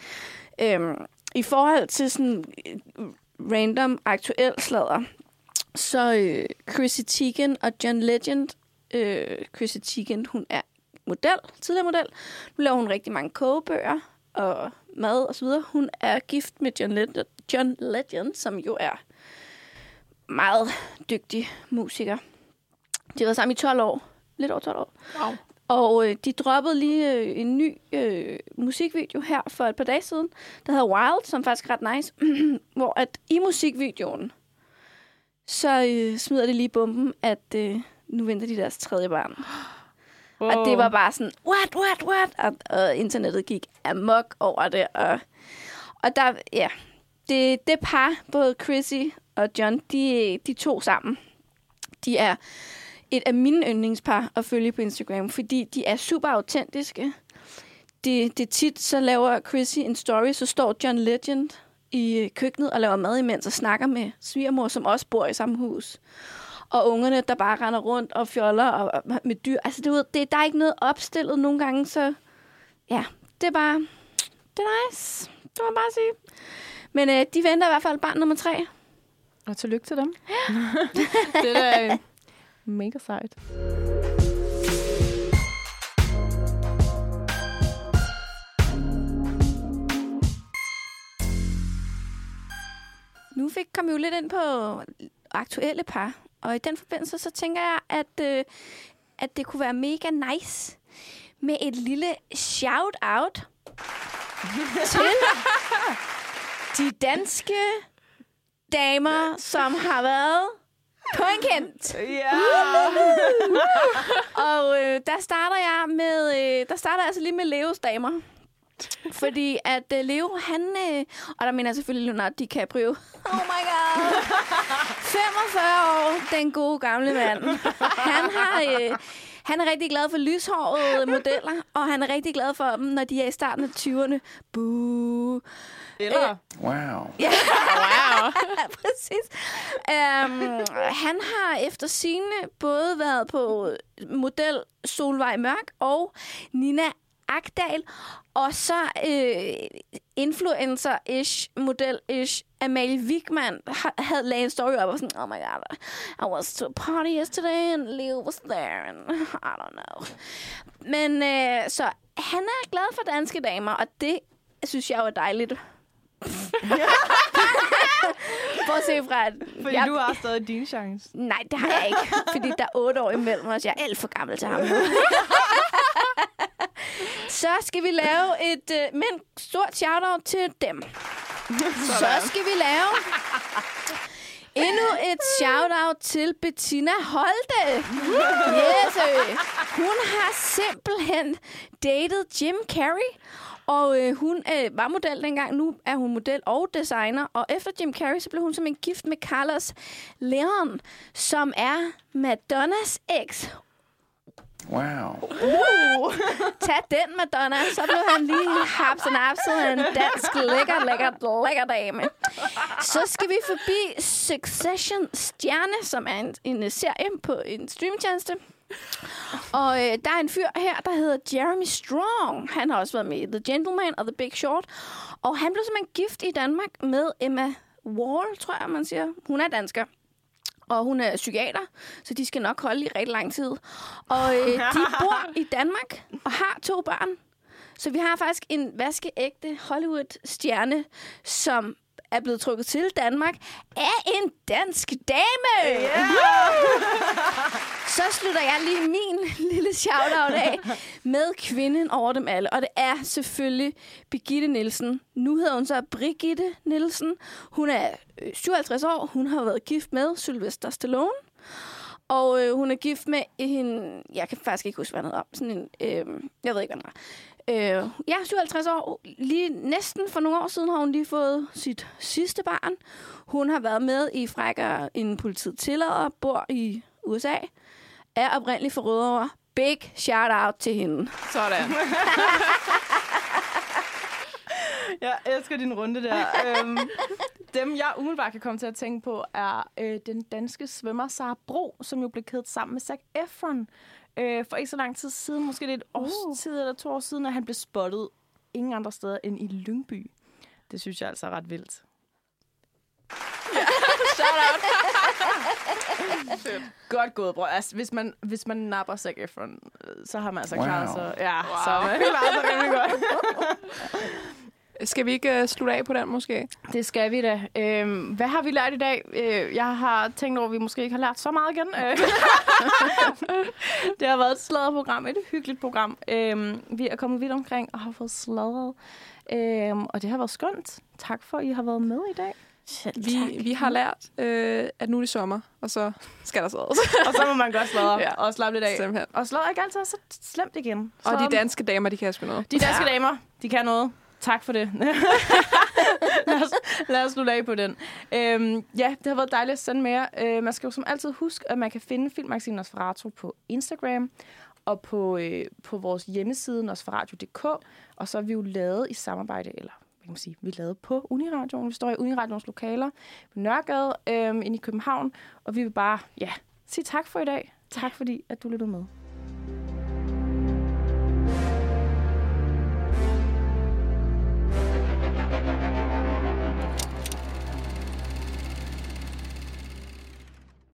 I forhold til sådan random aktuel sladder, så Chrissy Teigen og John Legend. Chrissy Teigen, hun er tidligere model. Nu laver hun rigtig mange kogebøger og mad og så videre. Hun er gift med John Legend, som jo er meget dygtig musiker. De har været sammen i 12 år. Lidt over 12 år. Wow. Og de droppede lige en ny musikvideo her for et par dage siden, der hedder Wild, som faktisk er ret nice. Hvor at i musikvideoen, så smider de lige bomben, at nu venter de deres 3. barn. Wow. Og det var bare sådan, what? Og internettet gik amok over det. Og der, ja, det par, både Chrissy og John, de to sammen. De er et af mine yndlingspar at følge på Instagram, fordi de er super autentiske. Det tit, så laver Chrissy en story, så står John Legend i køkkenet og laver mad imens og snakker med svigermor, som også bor i samme hus. Og ungerne, der bare render rundt og fjoller og med dyr. Altså, der er ikke noget opstillet nogle gange, så ja, det er nice. Det må man bare sige. Men de venter i hvert fald barn nummer 3. Og tillykke til dem. Ja. Det er da mega sejt. Nu kom vi jo lidt ind på aktuelle par. Og i den forbindelse, så tænker jeg, at det kunne være mega nice med et lille shout-out til de danske damer, som har været på en kendt. Ja. Og der starter jeg altså lige med Leos damer. Fordi at Leo, han... og der mener jeg selvfølgelig Leonardo DiCaprio. Oh my god! 45 år, den gode gamle mand. Han er rigtig glad for lyshårede modeller, og han er rigtig glad for dem, når de er i starten af 20'erne. Boo. Eller? Wow. Ja, wow. Præcis. Han har efter sigende både været på model Solvej Mørk og Nina Agdal, og så influencer-ish, model-ish, Amalie Wigman havde lavet en story op og sådan, oh my god, I was to a party yesterday, and Leo was there, and I don't know. Men så han er glad for danske damer, og det synes jeg jo er dejligt. For at se fra, at Fordi du har stadig din chance. Nej, det har jeg ikke, fordi der er 8 år imellem os. Jeg er alt for gammel til ham. Så skal vi lave et stort shout-out til dem. Så skal vi lave endnu et shout-out til Bettina Holte. Yes, hun har simpelthen datet Jim Carrey. Og hun var model dengang. Nu er hun model og designer. Og efter Jim Carrey, så blev hun simpelthen gift med Carlos Leon, som er Madonnas eks. Wow. Tag den, Madonna. Så blev han lige hapsenapset af en dansk lækker dame. Så skal vi forbi Succession Stjerne, som er en serie på en streamtjeneste. Og der er en fyr her, der hedder Jeremy Strong. Han har også været med i The Gentleman og The Big Short. Og han blev simpelthen gift i Danmark med Emma Wall, tror jeg, man siger. Hun er dansker. Og hun er psykiater, så de skal nok holde i rigtig lang tid. Og de bor i Danmark og har 2 børn. Så vi har faktisk en vaskeægte Hollywood-stjerne, som er blevet trukket til Danmark af en dansk dame. Yeah. Så slutter jeg lige min lille shout-out af med kvinden over dem alle. Og det er selvfølgelig Birgitte Nielsen. Nu hedder hun så Brigitte Nielsen. Hun er 57 år. Hun har været gift med Sylvester Stallone. Og hun er gift med en... Jeg kan faktisk ikke huske, hvad han hedder. Sådan en... jeg ved ikke, hvad han er. 57 år. Lige næsten for nogle år siden har hun lige fået sit sidste barn. Hun har været med i Frækker en politiet tillader, bor i USA, er oprindeligt fra Rødovre. Big shout-out til hende. Sådan. Jeg elsker din runde der. Dem, jeg umiddelbart kan komme til at tænke på, er den danske svømmer Sara Bro, som jo blev kædet sammen med Zac Efron. For ikke så lang tid siden, måske lidt et års tid eller 2 år siden, at han blev spottet ingen andre steder end i Lyngby. Det synes jeg altså er ret vildt. Ja, shout out. Godt gået, bror. Altså, hvis man napper Zac Efron, så har man altså klaret sig. Ja, så har man klaret sig rimelig godt. Skal vi ikke slutte af på den, måske? Det skal vi da. Hvad har vi lært i dag? Jeg har tænkt over, at vi måske ikke har lært så meget igen. Det har været et sladderprogram, et hyggeligt program. Vi er kommet vidt omkring og har fået sladret. Og det har været skønt. Tak for, at I har været med i dag. Vi har lært, at nu er det sommer, og så skal der sladres. Og så må man godt sladre og slappe lidt af. Simpelthen. Og sladre ikke altid så slemt igen. Og de danske damer, de kan sgu noget. De danske damer, de kan noget. Tak for det. lad os slutte af på den. Ja, det har været dejligt at sende med jer. Man skal jo som altid huske, at man kan finde Filmmagasinet Nosferatu på Instagram og på vores hjemmeside nosferatu.dk. Og så er vi jo lavet i samarbejde, eller hvad kan man sige, vi er lavet på Uniradioen. Vi står i Uniradioens lokaler på Nørregade inde i København. Og vi vil bare sige tak for i dag. Tak fordi, at du lyttede med.